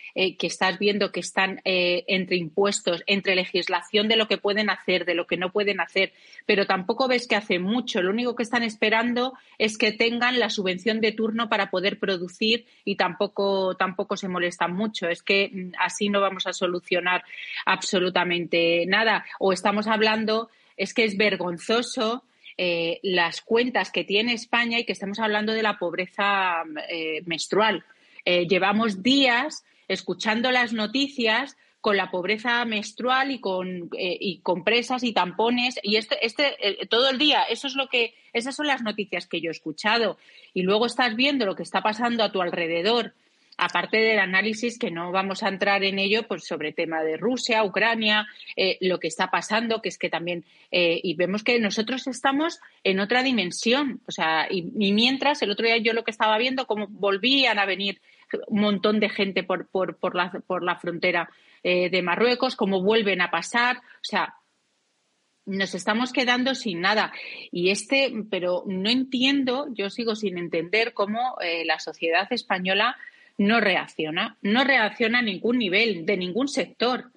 que estás viendo que están entre impuestos, entre legislación de lo que pueden hacer, de lo que no pueden hacer, pero tampoco ves que hacen mucho. Lo único que están esperando es que tengan la subvención de turno para poder producir y tampoco se molestan mucho. Es que así no vamos a solucionar absolutamente nada. O estamos hablando, es que es vergonzoso las cuentas que tiene España y que estamos hablando de la pobreza menstrual. Llevamos días escuchando las noticias con la pobreza menstrual y con presas y tampones y todo el día. Esas son las noticias que yo he escuchado. Y luego estás viendo lo que está pasando a tu alrededor, aparte del análisis, que no vamos a entrar en ello, pues sobre tema de Rusia, Ucrania, lo que está pasando, que es que también, y vemos que nosotros estamos en otra dimensión. O sea, y mientras, el otro día yo lo que estaba viendo, cómo volvían a venir un montón de gente por la frontera de Marruecos, cómo vuelven a pasar. O sea, nos estamos quedando sin nada. Pero no entiendo, yo sigo sin entender cómo la sociedad española no reacciona a ningún nivel, de ningún sector,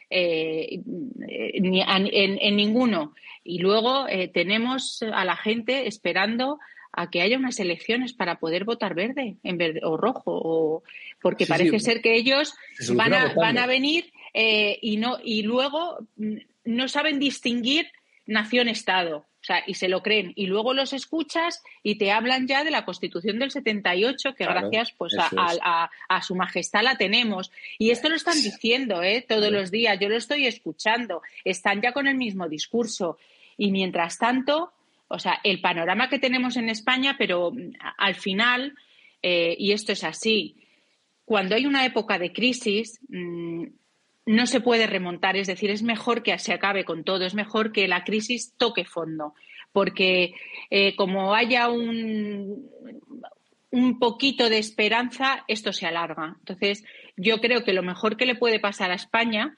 en ninguno. Y luego tenemos a la gente esperando a que haya unas elecciones para poder votar verde o rojo, porque parece ser que ellos van a venir y luego no saben distinguir nación-estado. O sea, y se lo creen. Y luego los escuchas y te hablan ya de la Constitución del 78, que claro, gracias pues a su majestad la tenemos. Y esto lo están diciendo todos los días. Yo lo estoy escuchando. Están ya con el mismo discurso. Y mientras tanto, o sea, el panorama que tenemos en España, pero al final, y esto es así, cuando hay una época de crisis, no se puede remontar, es decir, es mejor que se acabe con todo, es mejor que la crisis toque fondo, porque como haya un poquito de esperanza, esto se alarga. Entonces, yo creo que lo mejor que le puede pasar a España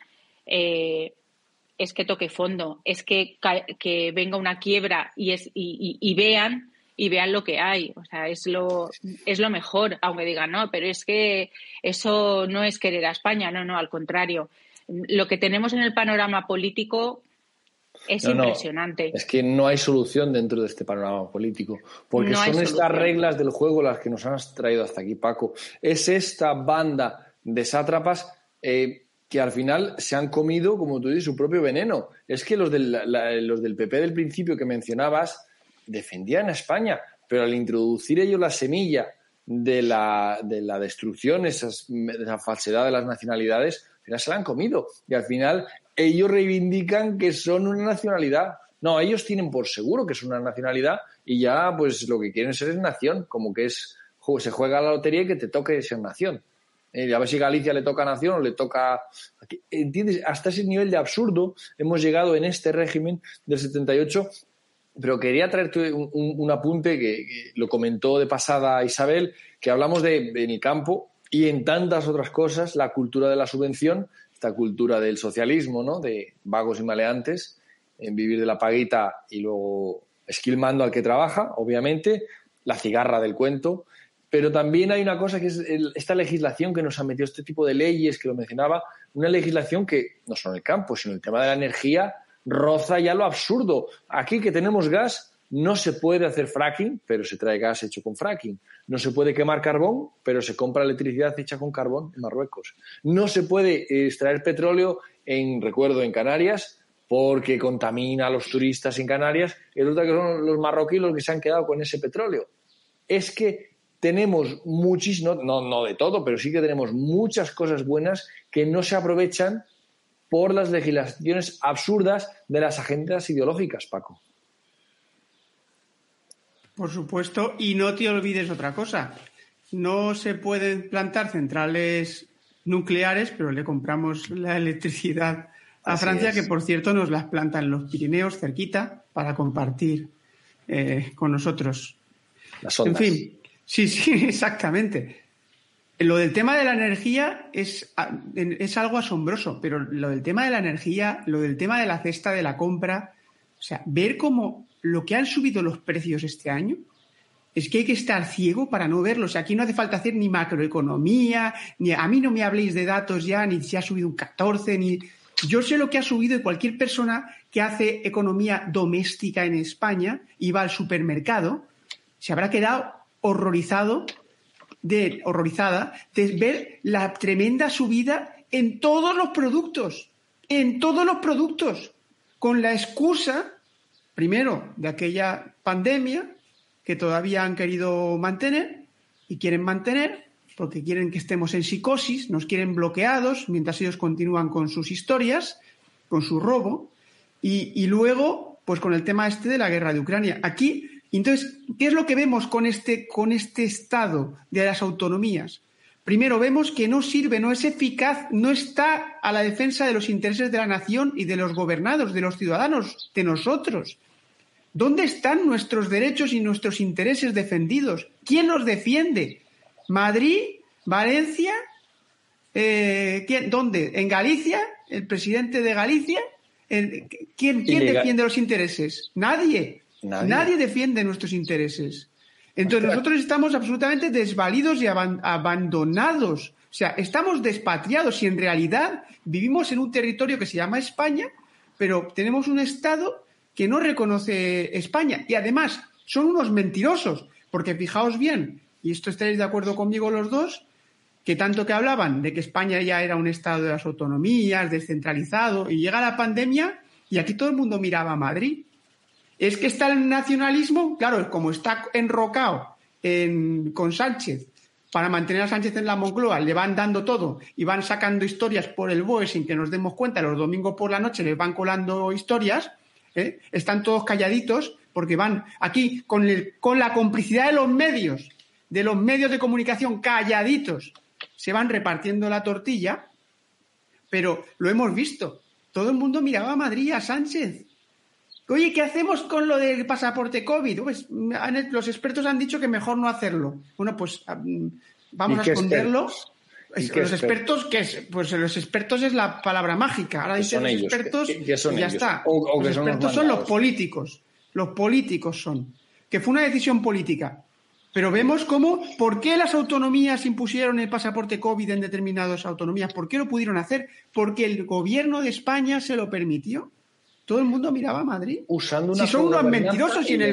es que toque fondo, es que venga una quiebra y vean lo que hay. O sea, es lo mejor, aunque digan, no, pero es que eso no es querer a España, no, al contrario. Lo que tenemos en el panorama político es impresionante. Es que no hay solución dentro de este panorama político, porque no son estas reglas del juego las que nos han traído hasta aquí, Paco. Es esta banda de sátrapas que al final se han comido, como tú dices, su propio veneno. Es que los del PP del principio que mencionabas defendían a España, pero al introducir ellos la semilla de la destrucción, de la falsedad de las nacionalidades, al final se la han comido. Y al final ellos reivindican que son una nacionalidad. No, ellos tienen por seguro que son una nacionalidad y ya pues lo que quieren ser es nación, como que se juega a la lotería y que te toque ser nación. A ver si Galicia le toca nación o le toca... ¿Entiendes? Hasta ese nivel de absurdo hemos llegado en este régimen del 78. Pero quería traerte un apunte que lo comentó de pasada Isabel, que hablamos en el campo y en tantas otras cosas, la cultura de la subvención, esta cultura del socialismo, ¿no? De vagos y maleantes, en vivir de la paguita y luego esquilmando al que trabaja, obviamente, la cigarra del cuento. Pero también hay una cosa que es esta legislación que nos ha metido, este tipo de leyes que lo mencionaba, una legislación que no solo en el campo, sino el tema de la energía roza ya lo absurdo. Aquí que tenemos gas, no se puede hacer fracking, pero se trae gas hecho con fracking. No se puede quemar carbón, pero se compra electricidad hecha con carbón en Marruecos. No se puede extraer petróleo en Canarias, porque contamina a los turistas en Canarias, y resulta que son los marroquíes los que se han quedado con ese petróleo. Es que tenemos muchísimo, no de todo, pero sí que tenemos muchas cosas buenas que no se aprovechan por las legislaciones absurdas de las agendas ideológicas, Paco. Por supuesto, y no te olvides otra cosa. No se pueden plantar centrales nucleares, pero le compramos la electricidad a Francia, que por cierto nos las planta en los Pirineos, cerquita, para compartir con nosotros. Las ondas. En fin, sí, exactamente. Lo del tema de la energía es algo asombroso, pero lo del tema de la energía, lo del tema de la cesta de la compra, o sea, ver cómo lo que han subido los precios este año Es que hay que estar ciego para no verlo. O sea, aquí no hace falta hacer ni macroeconomía, ni a mí no me habléis de datos ya, ni si ha subido un 14, ni... Yo sé lo que ha subido y cualquier persona que hace economía doméstica en España y va al supermercado se habrá quedado horrorizada de ver la tremenda subida en todos los productos, con la excusa, primero, de aquella pandemia que todavía han querido mantener y quieren mantener porque quieren que estemos en psicosis, nos quieren bloqueados mientras ellos continúan con sus historias, con su robo, y luego, pues con el tema de la guerra de Ucrania. Aquí, entonces, ¿qué es lo que vemos con este estado de las autonomías? Primero, vemos que no sirve, no es eficaz, no está a la defensa de los intereses de la nación y de los gobernados, de los ciudadanos, de nosotros. ¿Dónde están nuestros derechos y nuestros intereses defendidos? ¿Quién los defiende? ¿Madrid? ¿Valencia? ¿Dónde? ¿En Galicia? ¿El presidente de Galicia? ¿Quién defiende los intereses? Nadie. Nadie defiende nuestros intereses. Entonces nosotros estamos absolutamente desvalidos y abandonados. O sea, estamos despatriados y en realidad vivimos en un territorio que se llama España, pero tenemos un Estado que no reconoce España. Y además son unos mentirosos, porque fijaos bien, y esto estaréis de acuerdo conmigo los dos, que tanto que hablaban de que España ya era un estado de las autonomías, descentralizado, y llega la pandemia y aquí todo el mundo miraba a Madrid. Es que está el nacionalismo, claro, como está enrocado con Sánchez, para mantener a Sánchez en la Moncloa, le van dando todo y van sacando historias por el BOE sin que nos demos cuenta, los domingos por la noche les van colando historias, están todos calladitos porque van aquí con la complicidad de los medios de comunicación calladitos, se van repartiendo la tortilla, pero lo hemos visto. Todo el mundo miraba a Madrid, a Sánchez. Oye, ¿qué hacemos con lo del pasaporte COVID? Pues, los expertos han dicho que mejor no hacerlo. Bueno, pues vamos a esconderlo. Los expertos, ¿qué es? Pues los expertos es la palabra mágica. Ahora dicen los expertos y ya está. Los expertos son los políticos. Los políticos son. Que fue una decisión política. Pero vemos ¿por qué las autonomías impusieron el pasaporte COVID en determinadas autonomías? ¿Por qué lo pudieron hacer? Porque el gobierno de España se lo permitió. Todo el mundo miraba a Madrid. Usando una si son unos mentirosos y en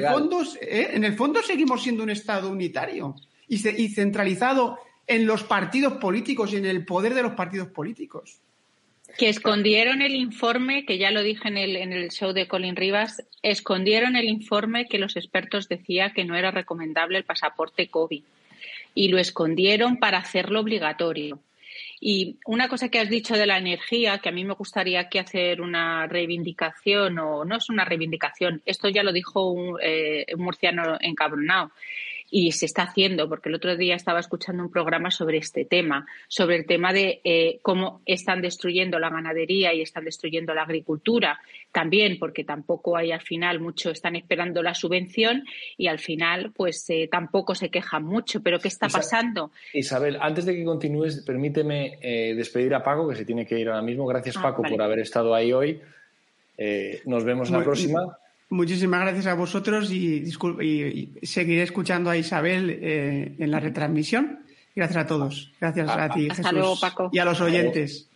el fondo seguimos siendo un Estado unitario y centralizado en los partidos políticos y en el poder de los partidos políticos. Que escondieron el informe, que ya lo dije en el show de Colin Rivas, escondieron el informe que los expertos decían que no era recomendable el pasaporte COVID. Y lo escondieron para hacerlo obligatorio. Y una cosa que has dicho de la energía, que a mí me gustaría aquí hacer una reivindicación, o no es una reivindicación, esto ya lo dijo un murciano encabronado. Y se está haciendo, porque el otro día estaba escuchando un programa sobre este tema, sobre el tema de cómo están destruyendo la ganadería y están destruyendo la agricultura. También porque tampoco hay al final mucho, están esperando la subvención y al final pues tampoco se quejan mucho. ¿Pero qué está pasando? Isabel, antes de que continúes, permíteme despedir a Paco, que se tiene que ir ahora mismo. Gracias, Paco, por haber estado ahí hoy. Nos vemos la próxima. Muchísimas gracias a vosotros y seguiré escuchando a Isabel en la retransmisión. Gracias a todos. Gracias a ti, hasta Jesús, luego, Paco. Y a los oyentes.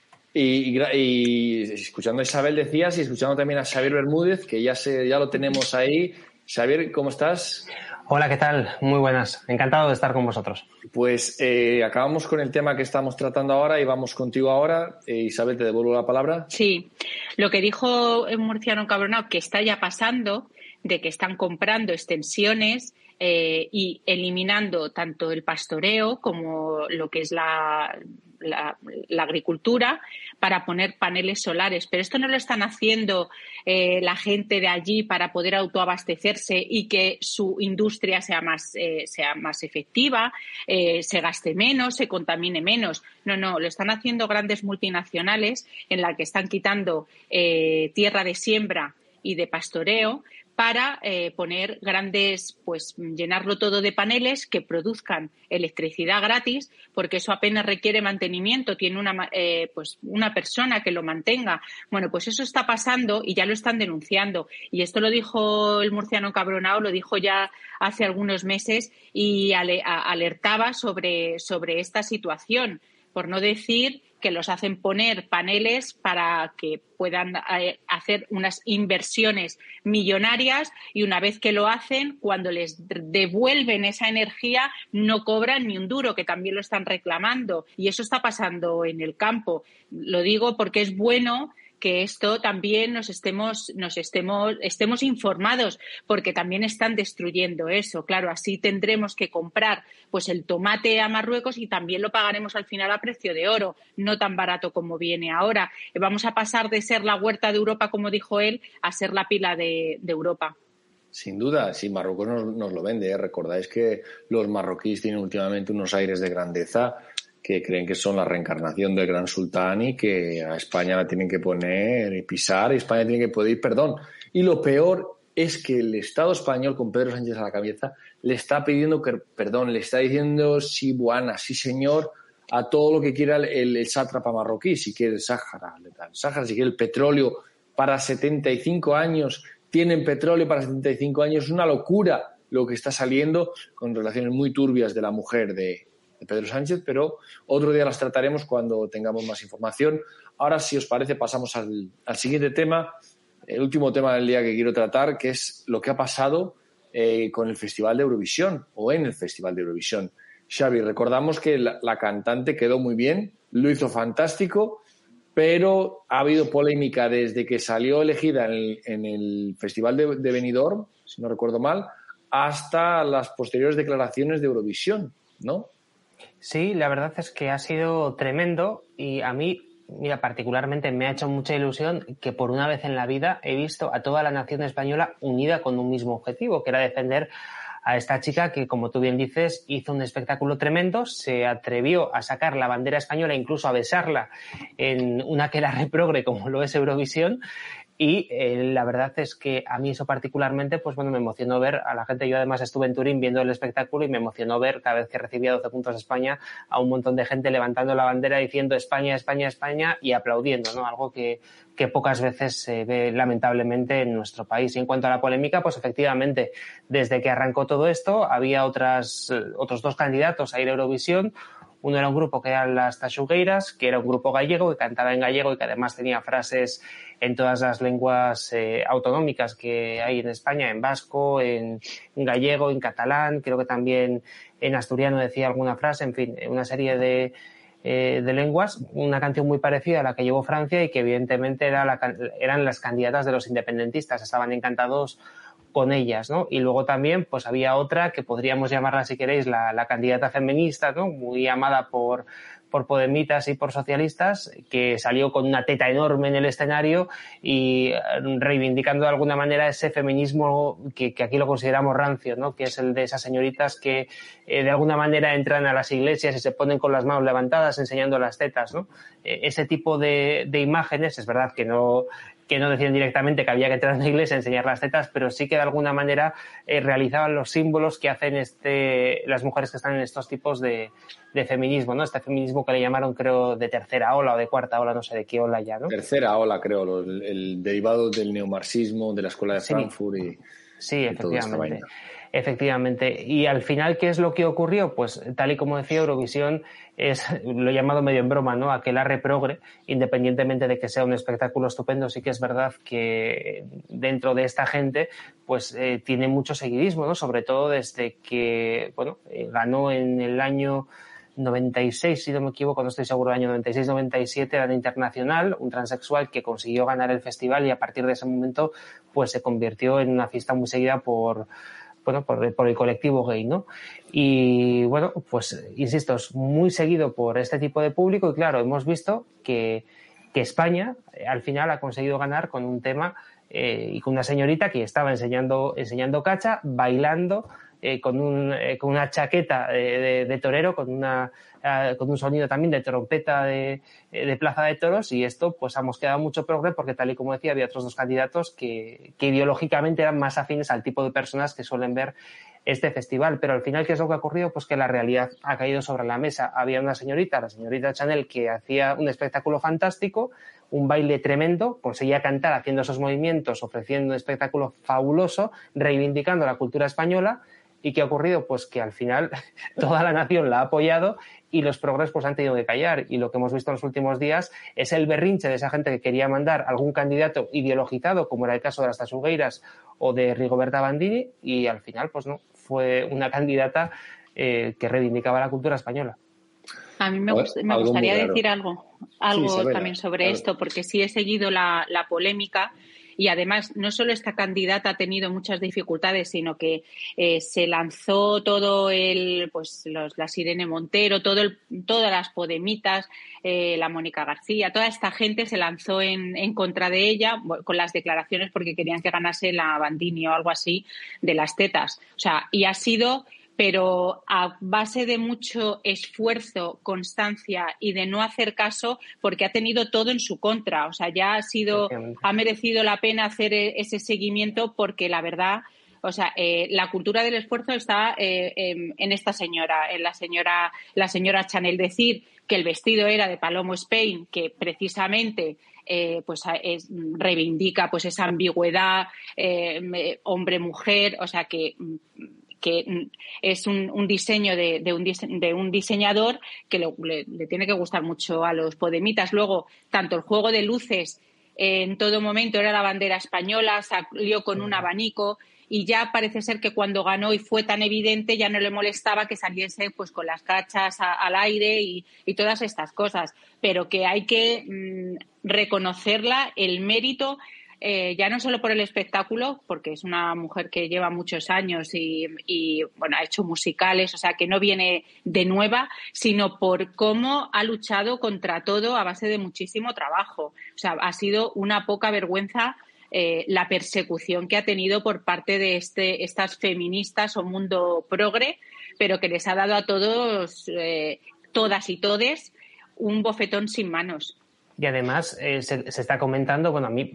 Y escuchando a Isabel decías, y escuchando también a Xavier Bermúdez, que ya lo tenemos ahí. Xavier, ¿cómo estás? Hola, ¿qué tal? Muy buenas. Encantado de estar con vosotros. Pues acabamos con el tema que estamos tratando ahora y vamos contigo ahora. Isabel, te devuelvo la palabra. Sí, lo que dijo un murciano encabronado, que está ya pasando, de que están comprando extensiones y eliminando tanto el pastoreo como lo que es la agricultura para poner paneles solares. Pero esto no lo están haciendo la gente de allí para poder autoabastecerse y que su industria sea más efectiva, se gaste menos, se contamine menos. No, lo están haciendo grandes multinacionales en la que están quitando tierra de siembra y de pastoreo para poner grandes, pues llenarlo todo de paneles que produzcan electricidad gratis, porque eso apenas requiere mantenimiento, tiene una persona que lo mantenga. Bueno, pues eso está pasando y ya lo están denunciando. Y esto lo dijo el murciano Cabronao, lo dijo ya hace algunos meses y alertaba sobre esta situación, por no decir que los hacen poner paneles para que puedan hacer unas inversiones millonarias y una vez que lo hacen, cuando les devuelven esa energía, no cobran ni un duro, que también lo están reclamando. Y eso está pasando en el campo. Lo digo porque es bueno que esto también estemos informados, porque también están destruyendo eso. Claro, así tendremos que comprar pues el tomate a Marruecos y también lo pagaremos al final a precio de oro, no tan barato como viene ahora. Vamos a pasar de ser la huerta de Europa, como dijo él, a ser la pila de Europa. Sin duda, sí, Marruecos nos lo vende. Recordáis que los marroquíes tienen últimamente unos aires de grandeza, que creen que son la reencarnación del gran sultán y que a España la tienen que poner y pisar, y España tiene que pedir perdón. Y lo peor es que el Estado español, con Pedro Sánchez a la cabeza, le está pidiendo perdón, le está diciendo sí, buena, sí, señor, a todo lo que quiera el sátrapa marroquí, si quiere el Sáhara, si quiere el petróleo para 75 años, tienen petróleo para 75 años, es una locura lo que está saliendo con relaciones muy turbias de la mujer de Pedro Sánchez, pero otro día las trataremos cuando tengamos más información. Ahora, si os parece, pasamos al siguiente tema, el último tema del día que quiero tratar, que es lo que ha pasado con el Festival de Eurovisión, o en el Festival de Eurovisión. Xavi, recordamos que la cantante quedó muy bien, lo hizo fantástico, pero ha habido polémica desde que salió elegida en el Festival de Benidorm, si no recuerdo mal, hasta las posteriores declaraciones de Eurovisión, ¿no? Sí, la verdad es que ha sido tremendo y a mí, mira, particularmente me ha hecho mucha ilusión que por una vez en la vida he visto a toda la nación española unida con un mismo objetivo, que era defender a esta chica que, como tú bien dices, hizo un espectáculo tremendo, se atrevió a sacar la bandera española, incluso a besarla en una que era reprogre como lo es Eurovisión. Y la verdad es que a mí eso particularmente, pues bueno, me emocionó ver a la gente. Yo además estuve en Turín viendo el espectáculo y me emocionó ver cada vez que recibía 12 puntos España a un montón de gente levantando la bandera diciendo España, España, España y aplaudiendo, ¿no? Algo que pocas veces se ve lamentablemente en nuestro país. Y en cuanto a la polémica, pues efectivamente, desde que arrancó todo esto había otros dos candidatos a ir a Eurovisión. Uno era un grupo que eran las Taxugueiras, que era un grupo gallego que cantaba en gallego y que además tenía frases en todas las lenguas autonómicas que hay en España, en vasco, en gallego, en catalán, creo que también en asturiano decía alguna frase, en fin, una serie de lenguas, una canción muy parecida a la que llevó Francia y que evidentemente eran las candidatas de los independentistas, estaban encantados con ellas, ¿no? Y luego también, pues había otra que podríamos llamarla, si queréis, la candidata feminista, ¿no? Muy amada por podemitas y por socialistas, que salió con una teta enorme en el escenario y reivindicando de alguna manera ese feminismo que aquí lo consideramos rancio, ¿no? Que es el de esas señoritas que de alguna manera entran a las iglesias y se ponen con las manos levantadas enseñando las tetas, ¿no? Ese tipo de imágenes, es verdad que no decían directamente que había que entrar en la iglesia a enseñar las tetas, pero sí que de alguna manera realizaban los símbolos que hacen las mujeres que están en estos tipos de feminismo, ¿no? Este feminismo que le llamaron, creo, de tercera ola o de cuarta ola, no sé de qué ola ya, ¿no? Tercera ola, creo, el derivado del neomarxismo, de la escuela de Frankfurt Sí, efectivamente. Efectivamente. Y al final, ¿qué es lo que ocurrió? Pues tal y como decía, Eurovisión es, lo he llamado medio en broma, ¿no? Aquel arreprogre, independientemente de que sea un espectáculo estupendo, sí que es verdad que dentro de esta gente, pues tiene mucho seguidismo, ¿no? Sobre todo desde que, bueno, ganó en el año 96, si no me equivoco, no estoy seguro, el año 96-97, era internacional, un transexual que consiguió ganar el festival y a partir de ese momento, pues se convirtió en una fiesta muy seguida por el colectivo gay, ¿no? Y bueno, pues insisto, es muy seguido por este tipo de público y claro, hemos visto que España al final ha conseguido ganar con un tema y con una señorita que estaba enseñando cacha, bailando con una chaqueta de torero, con un sonido también de trompeta de Plaza de Toros, y esto pues ha mosqueado mucho progre porque, tal y como decía, había otros dos candidatos que ideológicamente eran más afines al tipo de personas que suelen ver este festival. Pero al final, ¿qué es lo que ha ocurrido? Pues que la realidad ha caído sobre la mesa. Había una señorita, la señorita Chanel, que hacía un espectáculo fantástico, un baile tremendo, conseguía cantar haciendo esos movimientos, ofreciendo un espectáculo fabuloso, reivindicando la cultura española. ¿Y qué ha ocurrido? Pues que al final toda la nación la ha apoyado y los progres pues han tenido que callar. Y lo que hemos visto en los últimos días es el berrinche de esa gente que quería mandar algún candidato ideologizado, como era el caso de las Tasugueiras o de Rigoberta Bandini, y al final pues no, fue una candidata que reivindicaba la cultura española. A mí me gustaría decir algo sí, también sobre esto, porque sí he seguido la polémica. Y además, no solo esta candidata ha tenido muchas dificultades, sino que se lanzó todo la Irene Montero, todas las Podemitas, la Mónica García, toda esta gente se lanzó en contra de ella con las declaraciones porque querían que ganase la Bandini o algo así de las tetas. O sea, y ha sido, pero a base de mucho esfuerzo, constancia y de no hacer caso, porque ha tenido todo en su contra. O sea, ha merecido la pena hacer ese seguimiento, porque la verdad, o sea, la cultura del esfuerzo está en esta señora, en la señora Chanel. Decir que el vestido era de Palomo Spain, que precisamente reivindica pues esa ambigüedad hombre-mujer, o sea que es un diseño de un diseñador que le tiene que gustar mucho a los podemitas. Luego, tanto el juego de luces en todo momento era la bandera española, salió con un abanico, y ya parece ser que cuando ganó y fue tan evidente ya no le molestaba que saliese pues con las cachas al aire y todas estas cosas, pero que hay que reconocerla, el mérito. Ya no solo por el espectáculo, porque es una mujer que lleva muchos años y bueno, ha hecho musicales, o sea, que no viene de nueva, sino por cómo ha luchado contra todo a base de muchísimo trabajo. O sea, ha sido una poca vergüenza la persecución que ha tenido por parte de estas feministas o mundo progre, pero que les ha dado a todos, todas y todes, un bofetón sin manos. Y además se está comentando, bueno, a mí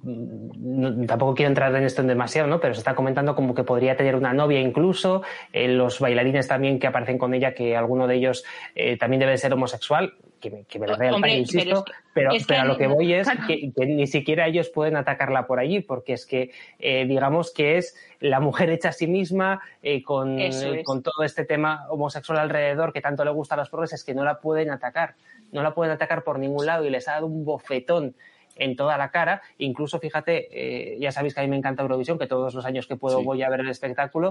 tampoco quiero entrar en esto en demasiado, ¿no? Pero se está comentando como que podría tener una novia incluso, los bailarines también que aparecen con ella, que alguno de ellos también debe ser homosexual, que me lo realmente, insisto, pero a lo que voy es que ni siquiera ellos pueden atacarla por allí, porque es que digamos que es la mujer hecha a sí misma, con todo este tema homosexual alrededor que tanto le gusta a los progres, es que no la pueden atacar por ningún lado, y les ha dado un bofetón en toda la cara. Incluso, fíjate, ya sabéis que a mí me encanta Eurovisión, que todos los años que puedo voy a ver el espectáculo,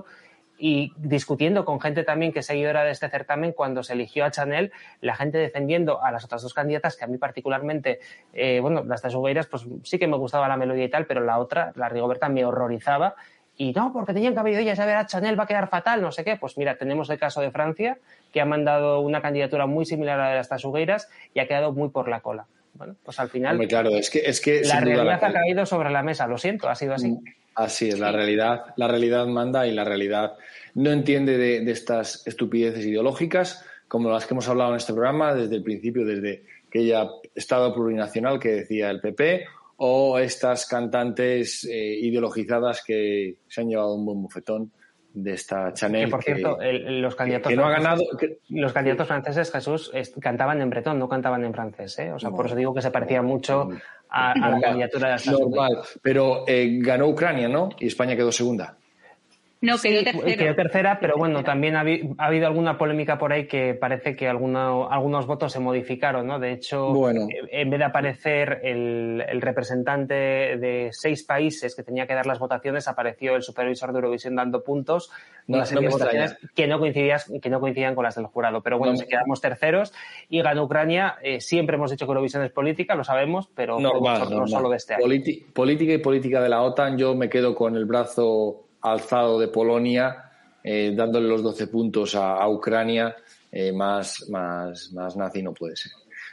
y discutiendo con gente también que es seguidora de este certamen, cuando se eligió a Chanel, la gente defendiendo a las otras dos candidatas, que a mí particularmente, las Tasugueiras, pues sí que me gustaba la melodía y tal, pero la otra, la Rigoberta, me horrorizaba. Y no, porque tenían que haber ido ellas a ver a Chanel, va a quedar fatal, no sé qué. Pues mira, tenemos el caso de Francia, que ha mandado una candidatura muy similar a la de las Tasugueiras y ha quedado muy por la cola. Bueno, pues al final, hombre, claro, es que la realidad ha caído sobre la mesa, lo siento, ha sido así. Así es, la realidad manda, y la realidad no entiende de estas estupideces ideológicas como las que hemos hablado en este programa desde el principio, desde aquella Estado plurinacional que decía el PP, o estas cantantes ideologizadas que se han llevado un buen bufetón de esta Chanel. Que, por cierto, los candidatos que no ha ganado. Los candidatos franceses, Jesús, cantaban en bretón, no cantaban en francés, ¿eh? O sea, por eso digo que se parecía mucho a la candidatura de las normal, pero ganó Ucrania, ¿no? Y España quedó segunda. No, quedó tercera, pero bueno, también ha habido alguna polémica por ahí que parece que algunos votos se modificaron, ¿no? De hecho, en vez de aparecer el representante de 6 países que tenía que dar las votaciones, apareció el supervisor de Eurovisión dando puntos, una serie de votaciones que no coincidían con las del jurado. Pero bueno, quedamos terceros y ganó Ucrania. Siempre hemos dicho que Eurovisión es política, lo sabemos, pero no solo de este año. Política y política de la OTAN. Yo me quedo con el brazo alzado de Polonia, dándole los 12 puntos a Ucrania, más nazi no puede ser.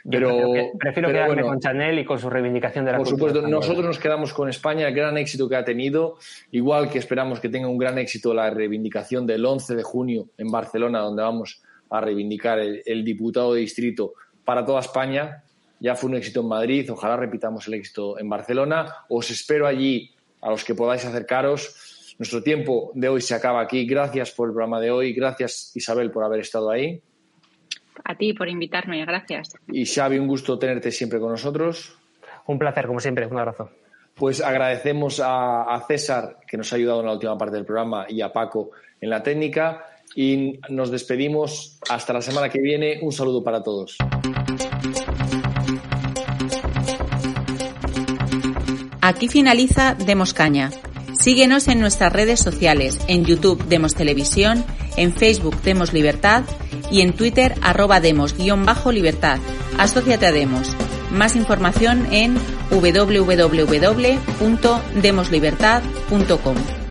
Prefiero quedarme con Chanel y con su reivindicación de la cultura. Por supuesto, nosotros nos quedamos con España, el gran éxito que ha tenido, igual que esperamos que tenga un gran éxito la reivindicación del 11 de junio en Barcelona, donde vamos a reivindicar el diputado de distrito para toda España. Ya fue un éxito en Madrid, ojalá repitamos el éxito en Barcelona. Os espero allí, a los que podáis acercaros. Nuestro tiempo de hoy se acaba aquí. Gracias por el programa de hoy. Gracias, Isabel, por haber estado ahí. A ti por invitarme, gracias. Y Xavi, un gusto tenerte siempre con nosotros. Un placer, como siempre, un abrazo. Pues agradecemos a César, que nos ha ayudado en la última parte del programa, y a Paco en la técnica, y nos despedimos hasta la semana que viene. Un saludo para todos. Aquí finaliza Demos Caña. Síguenos en nuestras redes sociales, en YouTube Demos Televisión, en Facebook Demos Libertad y en Twitter @demos_libertad. Asóciate a Demos. Más información en www.demoslibertad.com.